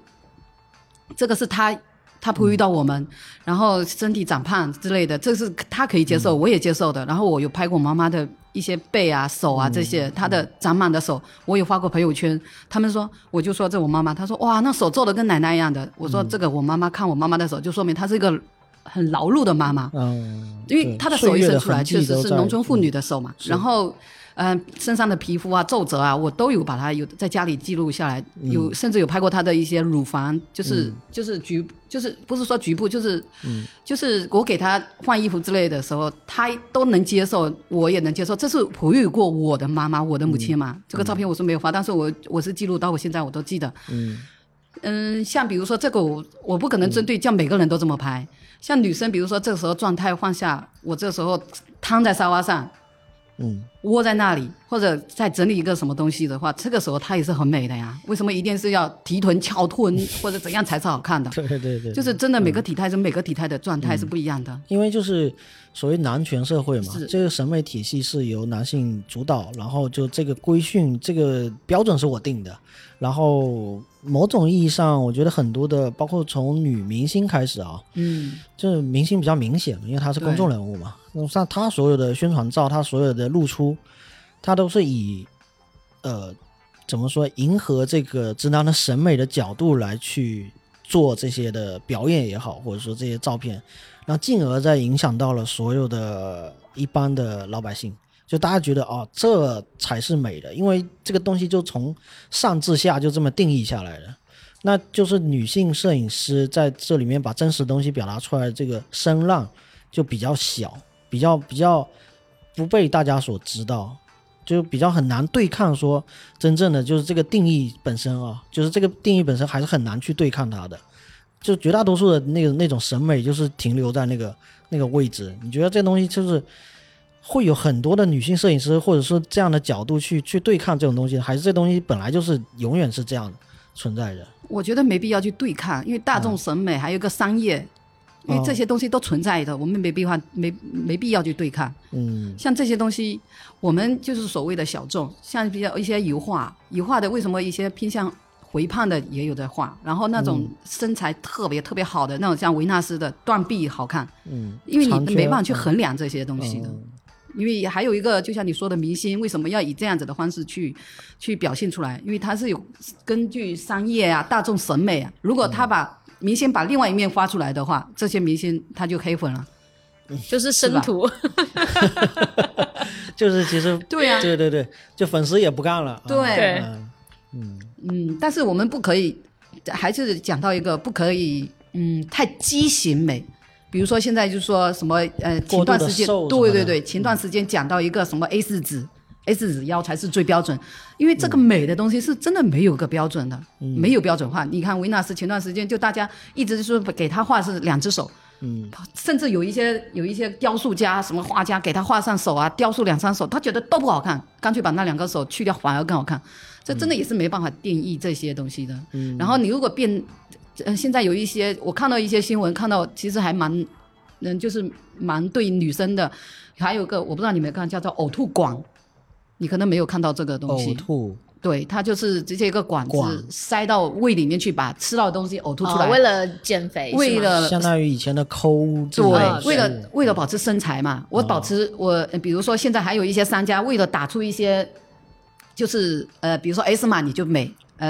他哺育到我们，然后身体长胖之类的，这是他可以接受，我也接受的。然后我有拍过妈妈的一些背啊、手啊这些，她的长满的手，我有发过朋友圈。他们说，我就说这我妈妈，她说哇，那手做的跟奶奶一样的。我说这个我妈妈看我妈妈的手，就说明她是一个很劳碌的妈妈，因为她的手一伸出来，确实是农村妇女的手嘛。然后身上的皮肤啊、皱褶啊，我都有把它有在家里记录下来，甚至有拍过她的一些乳房，就是不是说局部，就是我给她换衣服之类的时候，她都能接受，我也能接受，这是哺育过我的妈妈，我的母亲嘛。这个照片我是没有发，但是我是记录到我现在我都记得。像比如说这个我不可能针对叫每个人都这么拍，像女生比如说这个时候状态放下，我这时候躺在沙发上窝在那里，或者在整理一个什么东西的话，这个时候它也是很美的呀。为什么一定是要提臀翘臀或者怎样才是好看的？对，就是真的每个体态是每个体态的状态是不一样的。 因为就是所谓男权社会嘛，这个审美体系是由男性主导，然后就这个规训这个标准是我定的，然后某种意义上我觉得很多的包括从女明星开始啊，就是明星比较明显，因为她是公众人物嘛，像她所有的宣传照，她所有的露出，她都是以怎么说迎合这个直男的审美的角度来去做这些的表演也好，或者说这些照片，然后进而再影响到了所有的一般的老百姓，就大家觉得这才是美的，因为这个东西就从上至下就这么定义下来了。那就是女性摄影师在这里面把真实东西表达出来，这个声浪就比较小，比较不被大家所知道，就比较很难对抗说真正的就是这个定义本身就是这个定义本身还是很难去对抗它的，就绝大多数的那种审美就是停留在那个位置。你觉得这东西就是会有很多的女性摄影师或者说这样的角度去对抗这种东西，还是这东西本来就是永远是这样存在的？ 我觉得没必要去对抗，因为大众审美还有一个商业，因为这些东西都存在的，我们没必要去对抗。像这些东西我们就是所谓的小众，像比较一些油画的，为什么一些偏向肥胖的也有在画，然后那种身材特别特别好的那种像维纳斯的断臂好看，因为你没办法去衡量这些东西的。因为还有一个就像你说的明星为什么要以这样子的方式去表现出来，因为他是有根据商业啊大众审美啊，如果他把明星把另外一面发出来的话，这些明星他就黑粉了， 就是生图就是其实对啊， 对，就粉丝也不干了。 对，但是我们不可以，还是讲到一个不可以太畸形美。比如说现在就说什么前段时间对前段时间讲到一个什么 A4 纸腰才是最标准，因为这个美的东西是真的没有个标准的，没有标准化。你看维纳斯前段时间就大家一直说给他画是2只手， 甚至有一些雕塑家什么画家给他画上手啊，雕塑2-3手，他觉得都不好看，干脆把那2个手去掉反而更好看。这真的也是没办法定义这些东西的。然后你如果现在有一些我看到一些新闻，看到其实还就是蛮对女生的。还有个我不知道你们看，叫做呕吐管，你可能没有看到这个东西。 呕吐， 对，它就是直接一个管子塞到胃里面去，把吃到的东西呕吐出来。 为了减肥， 为了相当于以前的抠。 对，为了保持身材嘛。我比如说现在还有一些商家为了打出一些，就是比如说 S 码你就美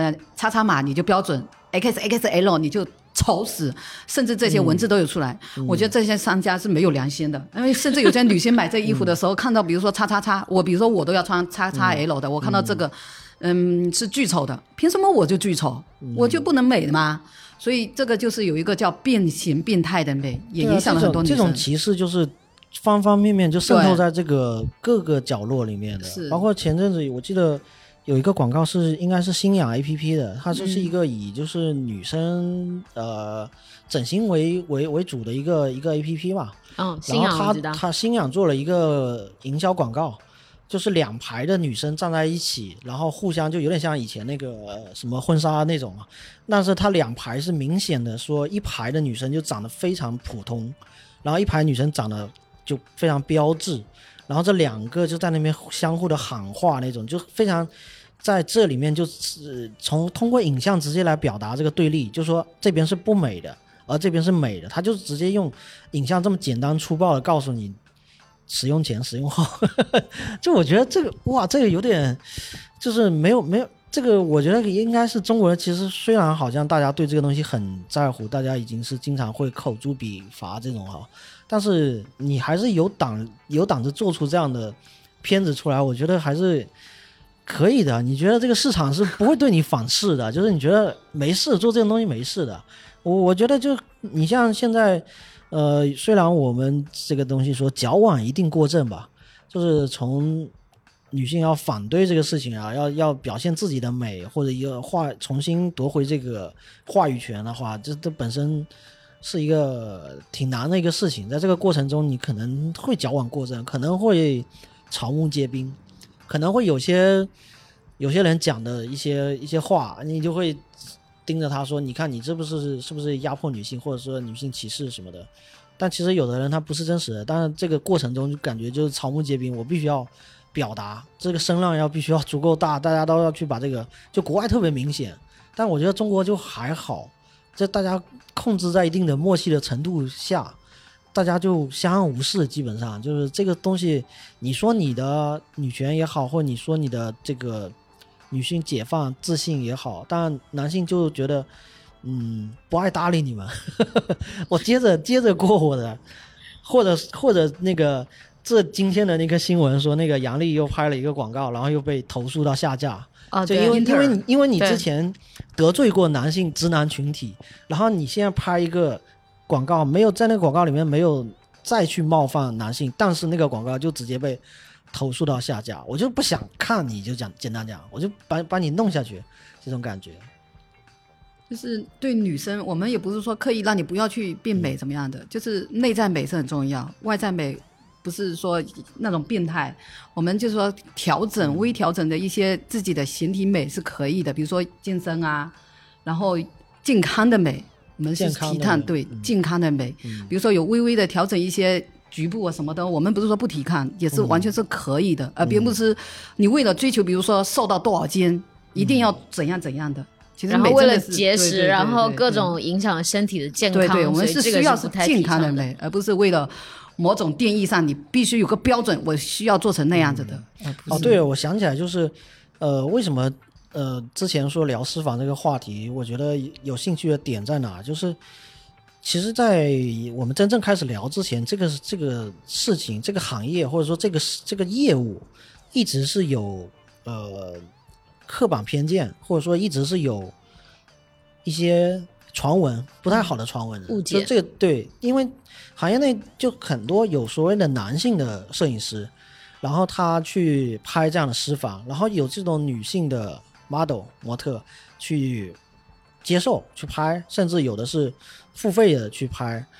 ，XX 码你就标准，XXL 你就丑死，甚至这些文字都有出来。我觉得这些商家是没有良心的，因为甚至有些女性买这衣服的时候，看到比如说XXX，比如说我都要穿XXL 的，我看到这个是巨丑的，凭什么我就巨丑，我就不能美吗？所以这个就是有一个叫变形变态的美，也影响了很多女生。 这种歧视就是方方面面就渗透在这个各个角落里面的。包括前阵子我记得有一个广告应该是新氧 APP 的，它就是一个以就是女生整形为主的一个 APP 嘛。 新氧他新氧做了一个营销广告，就是2排的女生站在一起，然后互相就有点像以前那个什么婚纱那种，但是它2排是明显的说一排的女生就长得非常普通，然后一排女生长得就非常标致，然后这2个就在那边相互的喊话那种，就非常在这里面就是通过影像直接来表达这个对立，就说这边是不美的而这边是美的，他就直接用影像这么简单粗暴的告诉你使用前使用后就我觉得这个有点就是没有这个，我觉得应该是中国人其实虽然好像大家对这个东西很在乎，大家已经是经常会口诛笔伐这种但是你还是有胆子做出这样的片子出来，我觉得还是可以的。你觉得这个市场是不会对你反噬的，就是你觉得没事做这种东西没事的。我觉得就你像现在虽然我们这个东西说矫枉一定过正吧，就是从女性要反对这个事情要表现自己的美，或者重新夺回这个话语权的话，这本身是一个挺难的一个事情。在这个过程中你可能会矫枉过正，可能会草木皆兵，可能会有些人讲的一些话你就会盯着他说，你看你是不是压迫女性，或者说女性歧视什么的。但其实有的人他不是真实的，但是这个过程中就感觉就是草木皆兵，我必须要表达，这个声浪必须要足够大，大家都要去把这个，就国外特别明显，但我觉得中国就还好，这大家控制在一定的默契的程度下，大家就相安无事，基本上就是这个东西，你说你的女权也好，或者你说你的这个女性解放自信也好，但男性就觉得不爱搭理你们我接着过我的，或者那个这今天的那个新闻说那个杨笠又拍了一个广告，然后又被投诉到下架就因为你之前得罪过男性直男群体，然后你现在拍一个广告，没有在那个广告里面没有再去冒犯男性，但是那个广告就直接被投诉到下架，我就不想看，你就简单讲，我就把你弄下去，这种感觉。 就是对女生，我们也不是说刻意让你不要去变美怎么样的，就是内在美是很重要，外在美不是说那种变态，我们就是说微调整的一些自己的形体美是可以的，比如说健身啊，然后健康的美，我们是提倡对健康的美，比如说有微微的调整一些局部啊什么的，我们不是说不提倡，也是完全是可以的，而并不是你为了追求比如说瘦到多少斤一定要怎样怎样的，其实然后为了节食，然后各种影响身体的健康， 对，我们是需要是健康的美，而不是为了某种定义上你必须有个标准，我需要做成那样子的。 对，我想起来就是为什么之前说聊私房这个话题，我觉得有兴趣的点在哪，就是其实在我们真正开始聊之前，这个事情，这个行业或者说这个业务一直是有刻板偏见，或者说一直是有一些传闻，不太好的传闻， 误解。 这个对，因为行业内就很多有所谓的男性的摄影师，然后他去拍这样的私房，然后有这种女性的 模特去接受去拍，甚至有的是付费的去拍。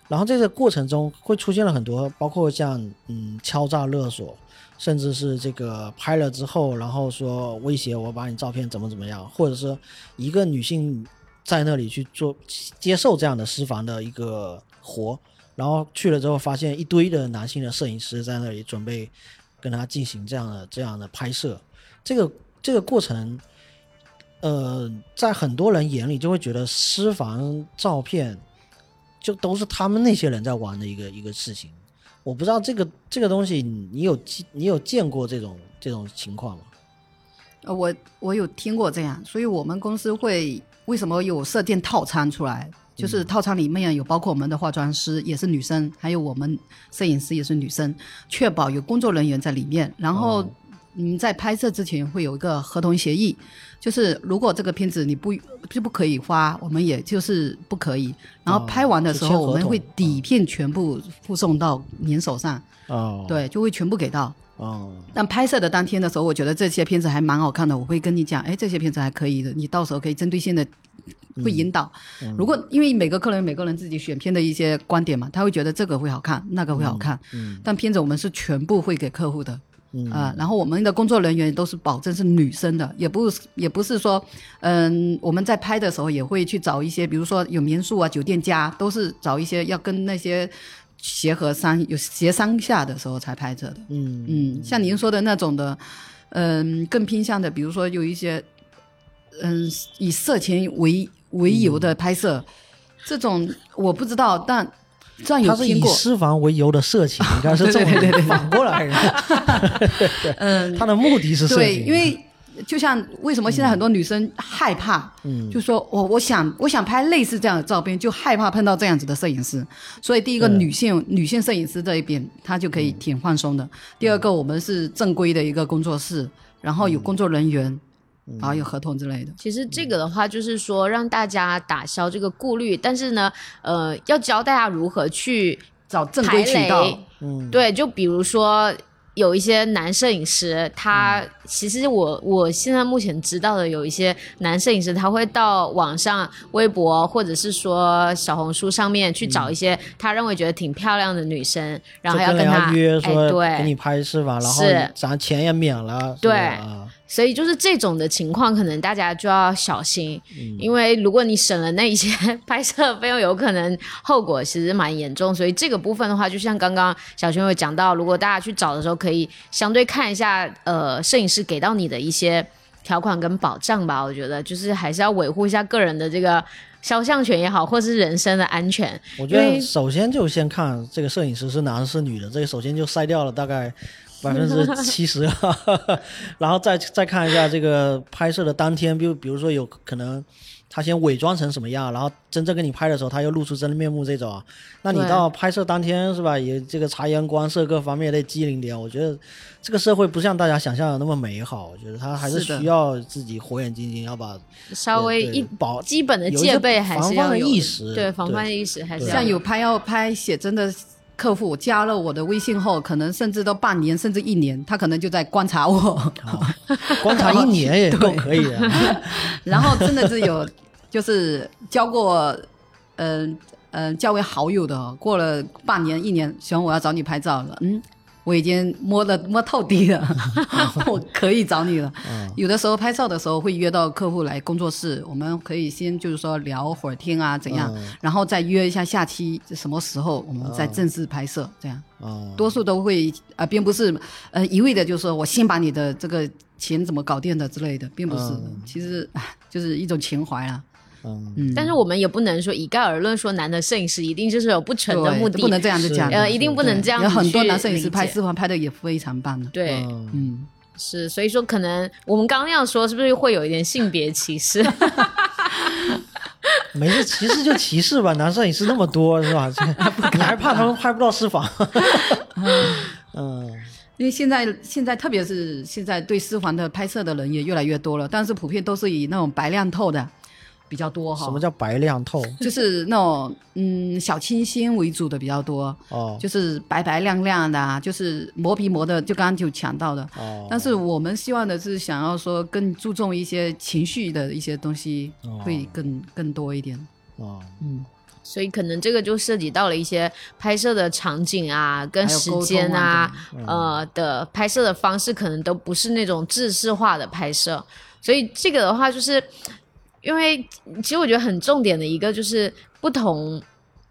然后这个过程中会出现了很多，包括像敲诈勒索，甚至是这个拍了之后，然后说威胁我把你照片怎么样，或者是一个女性在那里去接受这样的私房的一个活，然后去了之后发现一堆的男性的摄影师在那里准备跟他进行这样的拍摄，这个过程，在很多人眼里就会觉得私房照片就都是他们那些人在玩的一个事情。我不知道这个东西你有见过这种情况吗？ 我有听过这样，所以我们公司为什么有设定套餐出来，就是套餐里面有包括我们的化妆师也是女生，还有我们摄影师也是女生，确保有工作人员在里面，然后在拍摄之前会有一个合同协议，就是如果这个片子你不可以发，我们也就是不可以，然后拍完的时候我们会底片全部附送到您手上，对，就会全部给到。但拍摄的当天的时候，我觉得这些片子还蛮好看的，我会跟你讲，这些片子还可以的，你到时候可以针对性的会引导。如果因为每个客人每个人自己选片的一些观点嘛，他会觉得这个会好看，那个会好看，但片子我们是全部会给客户的。然后我们的工作人员都是保证是女生的，也不是说我们在拍的时候也会去找一些，比如说有民宿啊酒店家，都是找一些要跟那些有协商下的时候才拍摄的。像您说的那种的更偏向的，比如说有一些以色情为由的拍摄，这种我不知道，但这样有听过。 他是以私房为由的色情，应该是这种反过来的。他的目的是色情。 对，因为就像为什么现在很多女生害怕，就说我想拍类似这样的照片，就害怕碰到这样子的摄影师。所以第一个女性摄影师这一边，她就可以挺放松的。第二个，我们是正规的一个工作室，然后有工作人员。然后有合同之类的。 其实这个的话就是说让大家打消这个顾虑，但是呢要教大家如何去找正规渠道。 对，就比如说有一些男摄影师，他其实我现在目前知道的有一些男摄影师，他会到网上微博或者是说小红书上面去找一些他认为觉得挺漂亮的女生，然后要跟他约说给你拍是吧，然后咱钱也免了。 对，所以就是这种的情况可能大家就要小心，因为如果你省了那一些拍摄费用，有可能后果其实蛮严重。所以这个部分的话，就像刚刚小轩有讲到，如果大家去找的时候可以相对看一下摄影师给到你的一些条款跟保障吧。我觉得就是还是要维护一下个人的这个肖像权也好，或是人身的安全。 我觉得首先就先看这个摄影师是男是女的，这个首先就筛掉了大概70%然后再看一下这个拍摄的当天，比如说有可能他先伪装成什么样，然后真正给你拍的时候他又露出真面目这种，那你到拍摄当天是吧，也这个察言观色各方面得机灵点。我觉得这个社会不像大家想象的那么美好，我觉得他还是需要自己火眼金睛，要把稍微基本的戒备还是要有意识， 对，防范意识还是要有。 像有要拍写真的客户加了我的微信后，可能甚至都半年甚至1年，他可能就在观察我， 观察1年也够可以的。 然后真的是有就是交过交为好友的，过了半年1年，行，我要找你拍照了，我已经摸透底了我可以找你了。有的时候拍照的时候会约到客户来工作室，我们可以先就是说聊会儿天啊怎样，然后再约一下下期什么时候我们再正式拍摄，这样多数都会并不是一味的就是说我先把你的这个钱怎么搞定的之类的，并不是的，其实就是一种情怀啦。 但是我们也不能说一概而论说男的摄影师一定就是有不纯的目的， 不能这样子讲， 一定不能这样子。 有很多男摄影师拍私房拍的也非常棒的。 对，是，所以说可能我们刚刚那样说是不是会有一点性别歧视？ 没事，歧视就歧视吧，男摄影师那么多是吧？你还怕他们拍不到私房？ 因为现在特别是现在对私房的拍摄的人也越来越多了，但是普遍都是以那种白亮透的比较多哈。 什么叫白亮透？ 就是那种小清新为主的比较多就是白白亮亮的就是磨皮磨的，就刚刚就讲到的但是我们希望的是想要说更注重一些情绪的一些东西会更多一点所以可能这个就涉及到了一些拍摄的场景啊，跟时间啊，的拍摄的方式可能都不是那种制式化的拍摄，所以这个的话就是因为其实我觉得很重点的一个就是不同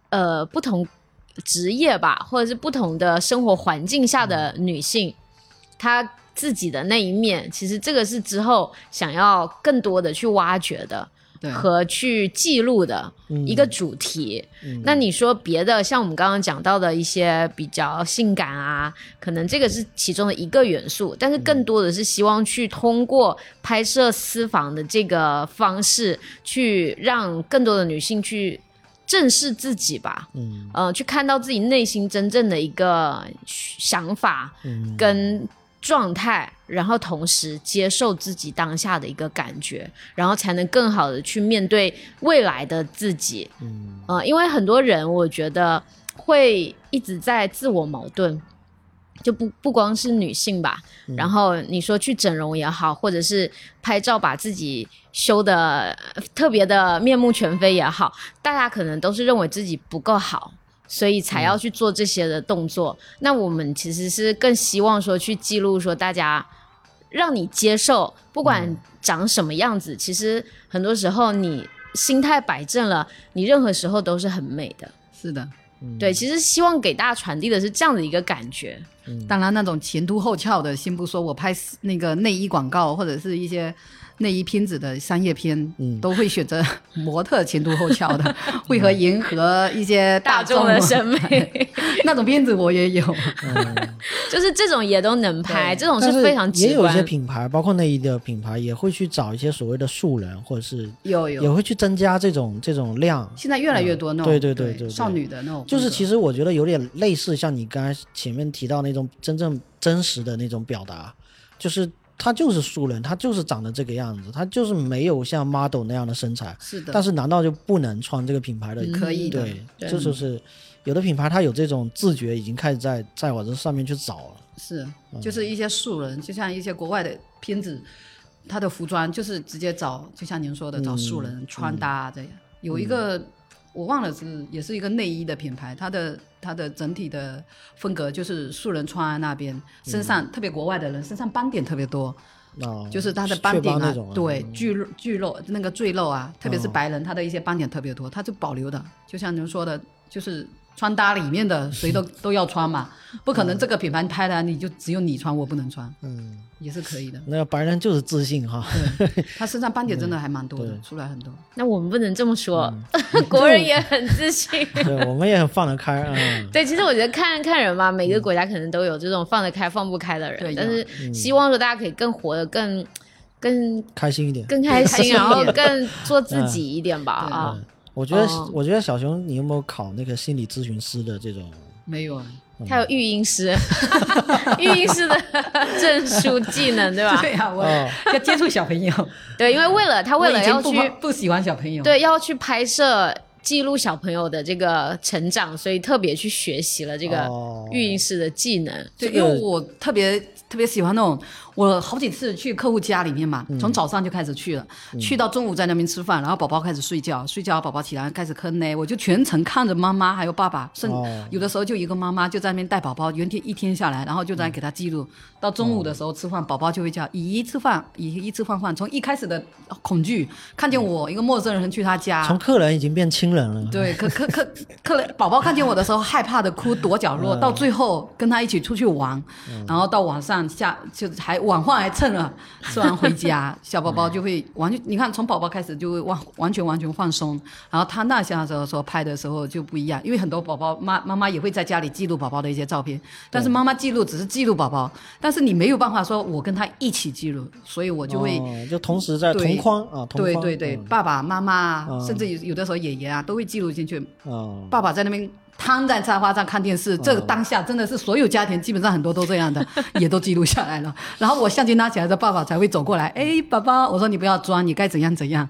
职业吧，或者是不同的生活环境下的女性，她自己的那一面，其实这个是之后想要更多的去挖掘的和去记录的一个主题。那你说别的，像我们刚刚讲到的一些比较性感啊，可能这个是其中的一个元素，但是更多的是希望去通过拍摄私房的这个方式，去让更多的女性去正视自己吧，去看到自己内心真正的一个想法跟状态，然后同时接受自己当下的一个感觉，然后才能更好的去面对未来的自己。因为很多人我觉得会一直在自我矛盾，就不光是女性吧，然后你说去整容也好，或者是拍照把自己修的特别的面目全非也好，大家可能都是认为自己不够好，所以才要去做这些的动作。那我们其实是更希望说去记录说大家让你接受不管长什么样子，其实很多时候你心态摆正了，你任何时候都是很美的。 是的， 对，其实希望给大家传递的是这样的一个感觉。 当然那种前凸后翘的，先不说，我拍那个内衣广告或者是一些内衣片子的商业片，都会选择模特前凸后翘的，为何迎合一些大众的审美？ 那种片子我也有， 就是这种也都能拍，这种是非常直观。 也有一些品牌，包括内衣的品牌，也会去找一些所谓的素人，或者是也会去增加这种量。 现在越来越多那种对少女的那种， 就是其实我觉得有点类似像你刚才前面提到那种真正真实的那种表达，就是他就是素人，他就是长得这个样子，他就是没有像 model 那样的身材。 是的， 但是难道就不能穿这个品牌的？ 可以的。 对，这就是有的品牌它有这种自觉，已经开始在我这上面去找了。 是，就是一些素人，就像一些国外的片子，他的服装就是直接找，就像您说的，找素人穿搭这样。有一个我忘了也是一个内衣的品牌，它的整体的风格就是素人穿在那边，身上特别国外的人身上斑点特别多。就是它的斑点啊，对，巨露那个赘肉啊，特别是白人，他的一些斑点特别多，他就保留的，就像您说的，就是穿搭里面的谁都要穿嘛，不可能这个品牌拍的你就只有你穿我不能穿，也是可以的。 那个白人就是自信哈， 他身上斑点真的还蛮多的，出来很多。 那我们不能这么说，国人也很自信， 对，我们也很放得开。 对，其实我觉得看人嘛，每个国家可能都有这种放得开放不开的人，但是希望说大家可以更活得更开心一点， 更开心，然后更做自己一点吧。 我觉得小熊，你有没有考那个心理咨询师的这种？ 没有啊。 他有育婴师育婴师的证书技能，对吧？ 对啊，我要接触小朋友。 对，因为为了要去不喜欢小朋友， 对，要去拍摄记录小朋友的这个成长，所以特别去学习了这个育婴师的技能。 对，因为我特别喜欢那种，我好几次去客户家里面嘛，从早上就开始去了，去到中午在那边吃饭，然后宝宝开始睡觉，宝宝起来开始喝奶，我就全程看着妈妈还有爸爸，有的时候就一个妈妈就在那边带宝宝，一天下来，然后就在给他记录。到中午的时候吃饭，宝宝就会叫姨吃饭，姨吃饭。从一开始的恐惧，看见我一个陌生人去他家， 从客人已经变亲人了。 对，客人宝宝看见我的时候害怕的哭躲角落，到最后跟他一起出去玩，然后到晚上就还晚饭还蹭了，吃完回家，小宝宝就会完全，你看从宝宝开始就会完全放松，然后他那下的时候拍的时候就不一样，因为很多宝宝妈妈也会在家里记录宝宝的一些照片，但是妈妈记录只是记录宝宝，但是你没有办法说我跟他一起记录，所以我就会就同时在同框啊， 对，爸爸妈妈甚至有的时候爷爷啊都会记录进去。爸爸在那边瘫在沙发上看电视，这个当下真的是所有家庭基本上很多都这样的，也都记录下来了。然后我相机拿起来的爸爸才会走过来，哎，宝宝，我说你不要装，你该怎样怎样。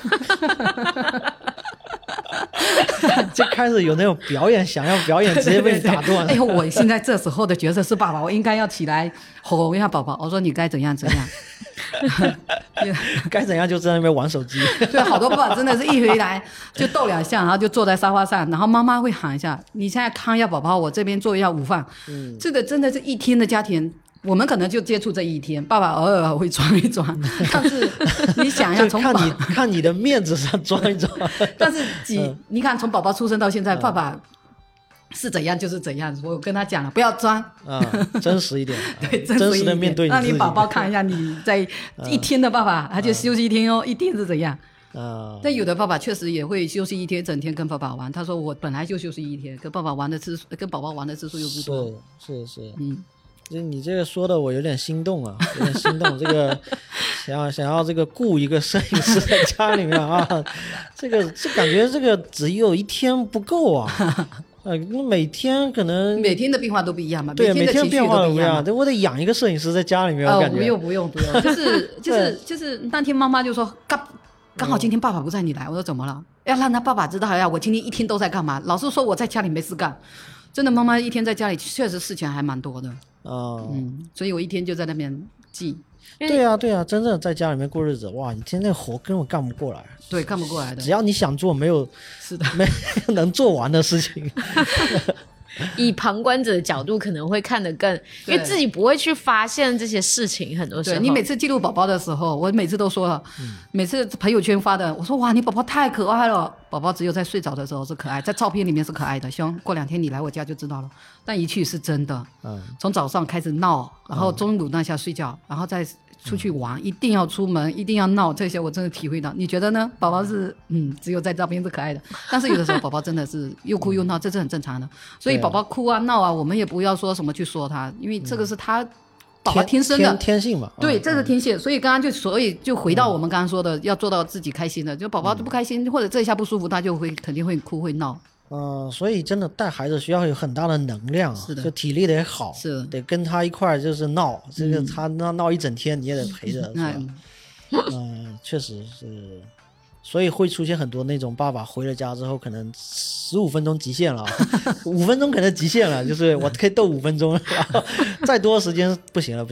就开始有那种想要表演直接被你打断了。 哎呦，我现在这时候的角色是爸爸，我应该要起来吼一下宝宝，我说你该怎样怎样。 该怎样就在那边玩手机。 对，好多爸爸真的是一回来就逗2下，然后就坐在沙发上，然后妈妈会喊一下：“你现在看一下宝宝，我这边做一下午饭。”这个真的是一天的家庭。我们可能就接触这一天，爸爸偶尔会装一装，但是你想一下，从看你的面子上装一装。 但是你看，从宝宝出生到现在，爸爸是怎样就是怎样。我跟他讲了，不要装真实一点， 对， 真实的面对你自己。 让你宝宝看一下你在一天的爸爸，他就休息一天哦，一天是怎样。但有的爸爸确实也会休息一天，整天跟爸爸玩。他说我本来就休息一天，跟宝宝玩的次数又不多。是， 你这个说的我有点心动啊，有点心动。这个想要这个雇一个摄影师在家里面啊，这感觉这个只有一天不够啊。每天可能每天的变化都不一样嘛， 对， 每天的情绪都不一样。 我得养一个摄影师在家里面，我感觉不用，就是那天妈妈就说刚好今天爸爸不在，你来。我说怎么了？要让他爸爸知道呀，我今天一天都在干嘛。老是说我在家里没事干，真的妈妈一天在家里确实事情还蛮多的。所以我一天就在那边记。 对啊，真正在家里面过日子，哇，你天天活根本干不过来。 对，干不过来的。 只要你想做，没有能做完的事情。 以旁观者的角度可能会看得更，因为自己不会去发现这些事情，很多时候。 对，你每次记录宝宝的时候，我每次都说了，每次朋友圈发的，我说哇，你宝宝太可爱了。宝宝只有在睡着的时候是可爱，在照片里面是可爱的，希望过2天你来我家就知道了。但一去是真的，从早上开始闹，然后中午那下睡觉，然后再出去玩，一定要出门，一定要闹，这些我真的体会到。你觉得呢？宝宝是只有在照片是可爱的，但是有的时候宝宝真的是又哭又闹，这是很正常的。所以宝宝哭啊闹啊，我们也不要说什么去说他，因为这个是他宝宝天生的天性嘛。 对，这是天性。所以刚刚所以就回到我们刚刚说的，要做到自己开心的，就宝宝不开心或者这一下不舒服，他就肯定会哭会闹。 所以真的带孩子需要有很大的能量， 是的， 就体力得好， 是的， 得跟他一块就是闹，这个他闹一整天你也得陪着，确实是。所以会出现很多那种爸爸回了家之后可能15分钟极限了5分钟可能极限了，就是我可以逗5分钟然后再多时间不行了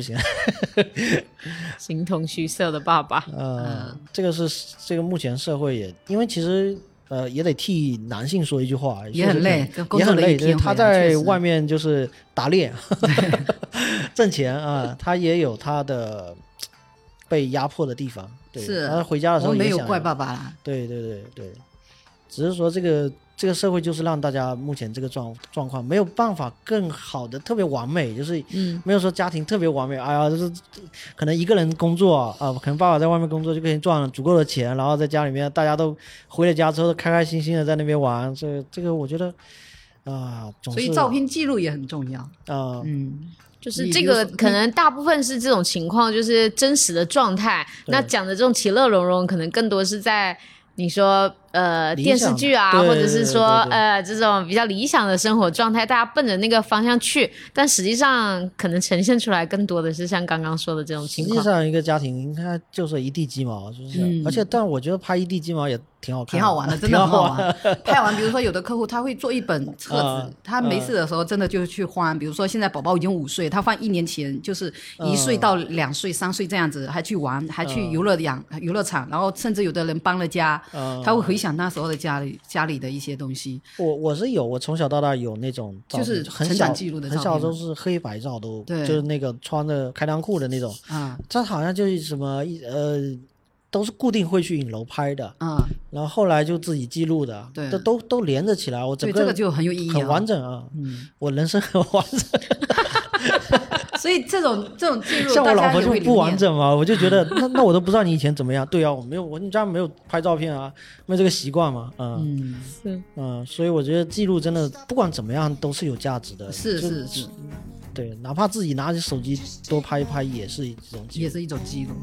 形同虚设的爸爸。 这个目前社会也因为其实也得替男性说一句话， 也很累， 也很累，就是他在外面就是打猎挣钱啊，他也有他的被压迫的地方。对， 是他回家的时候我没有怪爸爸啦。 对，只是说这个社会就是让大家目前这个状况没有办法更好的特别完美，就是没有说家庭特别完美。哎呀，就是可能一个人工作可能爸爸在外面工作就可以赚了足够的钱，然后在家里面大家都回了家之后都开开心心的在那边玩。这个我觉得所以照片记录也很重要就是这个可能大部分是这种情况，就是真实的状态。那讲的这种其乐融融，可能更多是在你说电视剧啊，或者是说这种比较理想的生活状态，大家奔着那个方向去，但实际上可能呈现出来更多的是像刚刚说的这种情况。 实际上一个家庭应该就是一地鸡毛，就是，而且但我觉得拍一地鸡毛也挺好看， 挺好玩的，真的很好玩。拍完，比如说有的客户他会做一本册子，他没事的时候真的就去翻，比如说现在宝宝已经5岁，他翻1年前就是1岁到2岁、3岁这样子，还去玩，还去游乐场，然后甚至有的人搬了家，他会回想那时候的家里的一些东西。我是有，我从小到大有那种就是成长记录的照片， 很小都是黑白照都，就是那个穿着开裆裤的那种这好像就是什么都是固定会去影楼拍的然后后来就自己记录的，对，都连着起来，我整个这个就很有意义， 很完整我人生很完整所以这种记录， 像我老婆就不完整嘛，我就觉得那我都不知道你以前怎么样。对啊，我家没有拍照片啊，没有这个习惯嘛。所以我觉得记录真的不管怎么样都是有价值的。 是， 对，哪怕自己拿起手机多拍一拍也是一种记录， 也是一种记录。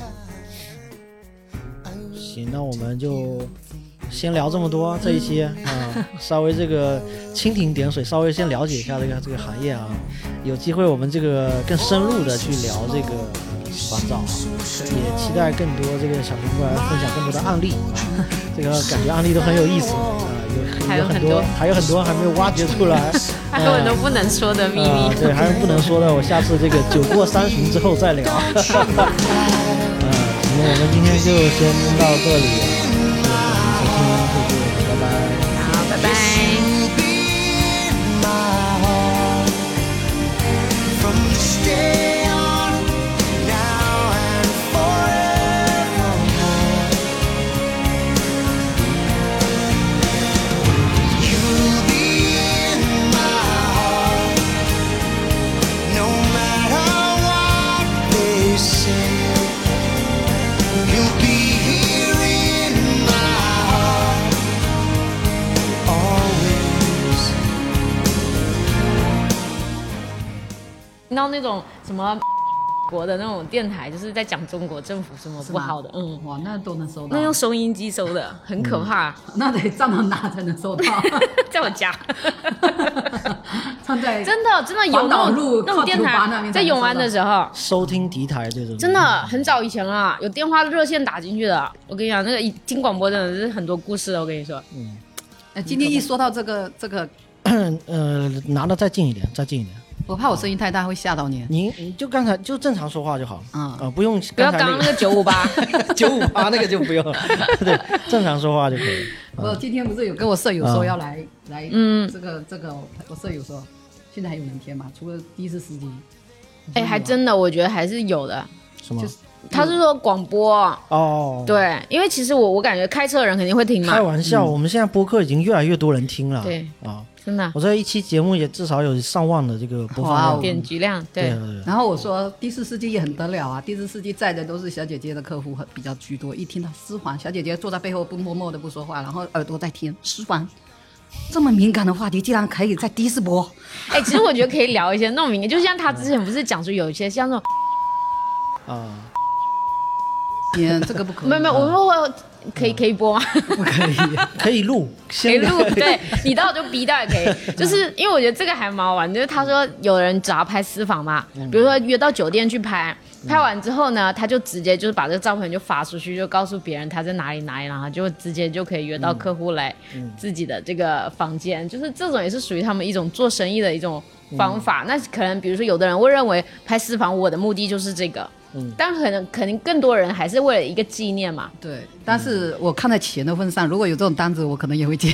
行，那我们就先聊这么多这一期稍微这个蜻蜓点水，稍微先了解一下这个行业有机会我们这个更深入的去聊这个喜欢照也期待更多这个小朋友来分享更多的案例这个感觉案例都很有意思还有很多还没有挖掘出来， 还有很多不能说的秘密对，还有不能说的，我下次这个酒过三巡之后再聊我们今天就先到这里了，谢谢收听，谢谢，拜拜。 好，拜拜。听到那种什么国的那种电台，就是在讲中国政府什么不好的， 哇，那都能收到， 那用收音机收的，很可怕。 那得上到哪才能收到？ 在我家， 唱在真的有那种电台，在永安的时候收听敌台这种， 真的很早以前了，有电话热线打进去的。我跟你讲，那个听广播真的是很多故事的。我跟你说， 今天一说到这个， 拿得再近一点，再近一点。 我怕我声音太大会吓到你。 你就刚才就正常说话就好，不用不要刚刚那个 958那个就不用了，对，正常说话就可以。 我今天不是有跟我舍友说要来，这个，我舍友说现在还有人贴吗？除了的士司机， 还真的，我觉得还是有的。 什么？ 他是说广播哦， 对，因为其实我感觉开车的人肯定会听嘛。 开玩笑，我们现在播客已经越来越多人听了， 对啊。 真的， 我这一期节目也至少有上万的这个播放量、 点击量，对。 然后我说的士司机也很得了啊，的士司机载的都是小姐姐的客户比较居多，一听到诗环，小姐姐坐在背后不默默的不说话，然后耳朵在听诗环。这么敏感的话题竟然可以在的士播， 其实我觉得可以聊一些那种敏感，就像他之前不是讲出有一些像那种天，这个不可以。 没有，我可以播吗？ 不可以， 可以录， 可以录。对，你到就逼到也可以，就是因为我觉得这个还蛮好玩。就是他说有人找他拍私房嘛，比如说约到酒店去拍，拍完之后呢，他就直接就是把这个照片就发出去，就告诉别人他在哪里，然后就直接就可以约到客户来自己的这个房间，就是这种也是属于他们一种做生意的一种方法。那可能比如说有的人会认为拍私房，我的目的就是这个。但可能更多人还是为了一个纪念嘛。 对，但是我看在钱的份上，如果有这种单子，我可能也会接。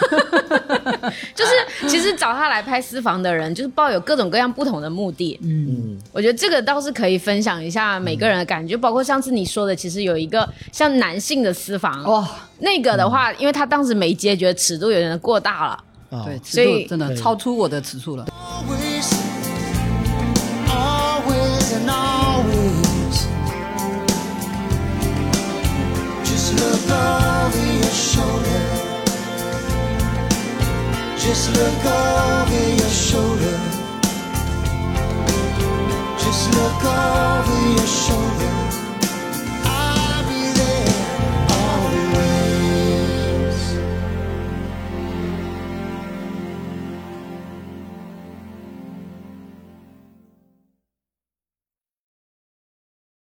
就是其实找他来拍私房的人，就是抱有各种各样不同的目的。我觉得这个倒是可以分享一下每个人的感觉，包括上次你说的，其实有一个像男性的私房，那个的话，因为他当时没接，觉得尺度有点过大了。 对，尺度真的超出我的尺度了。 Look over your shoulder. Just look over.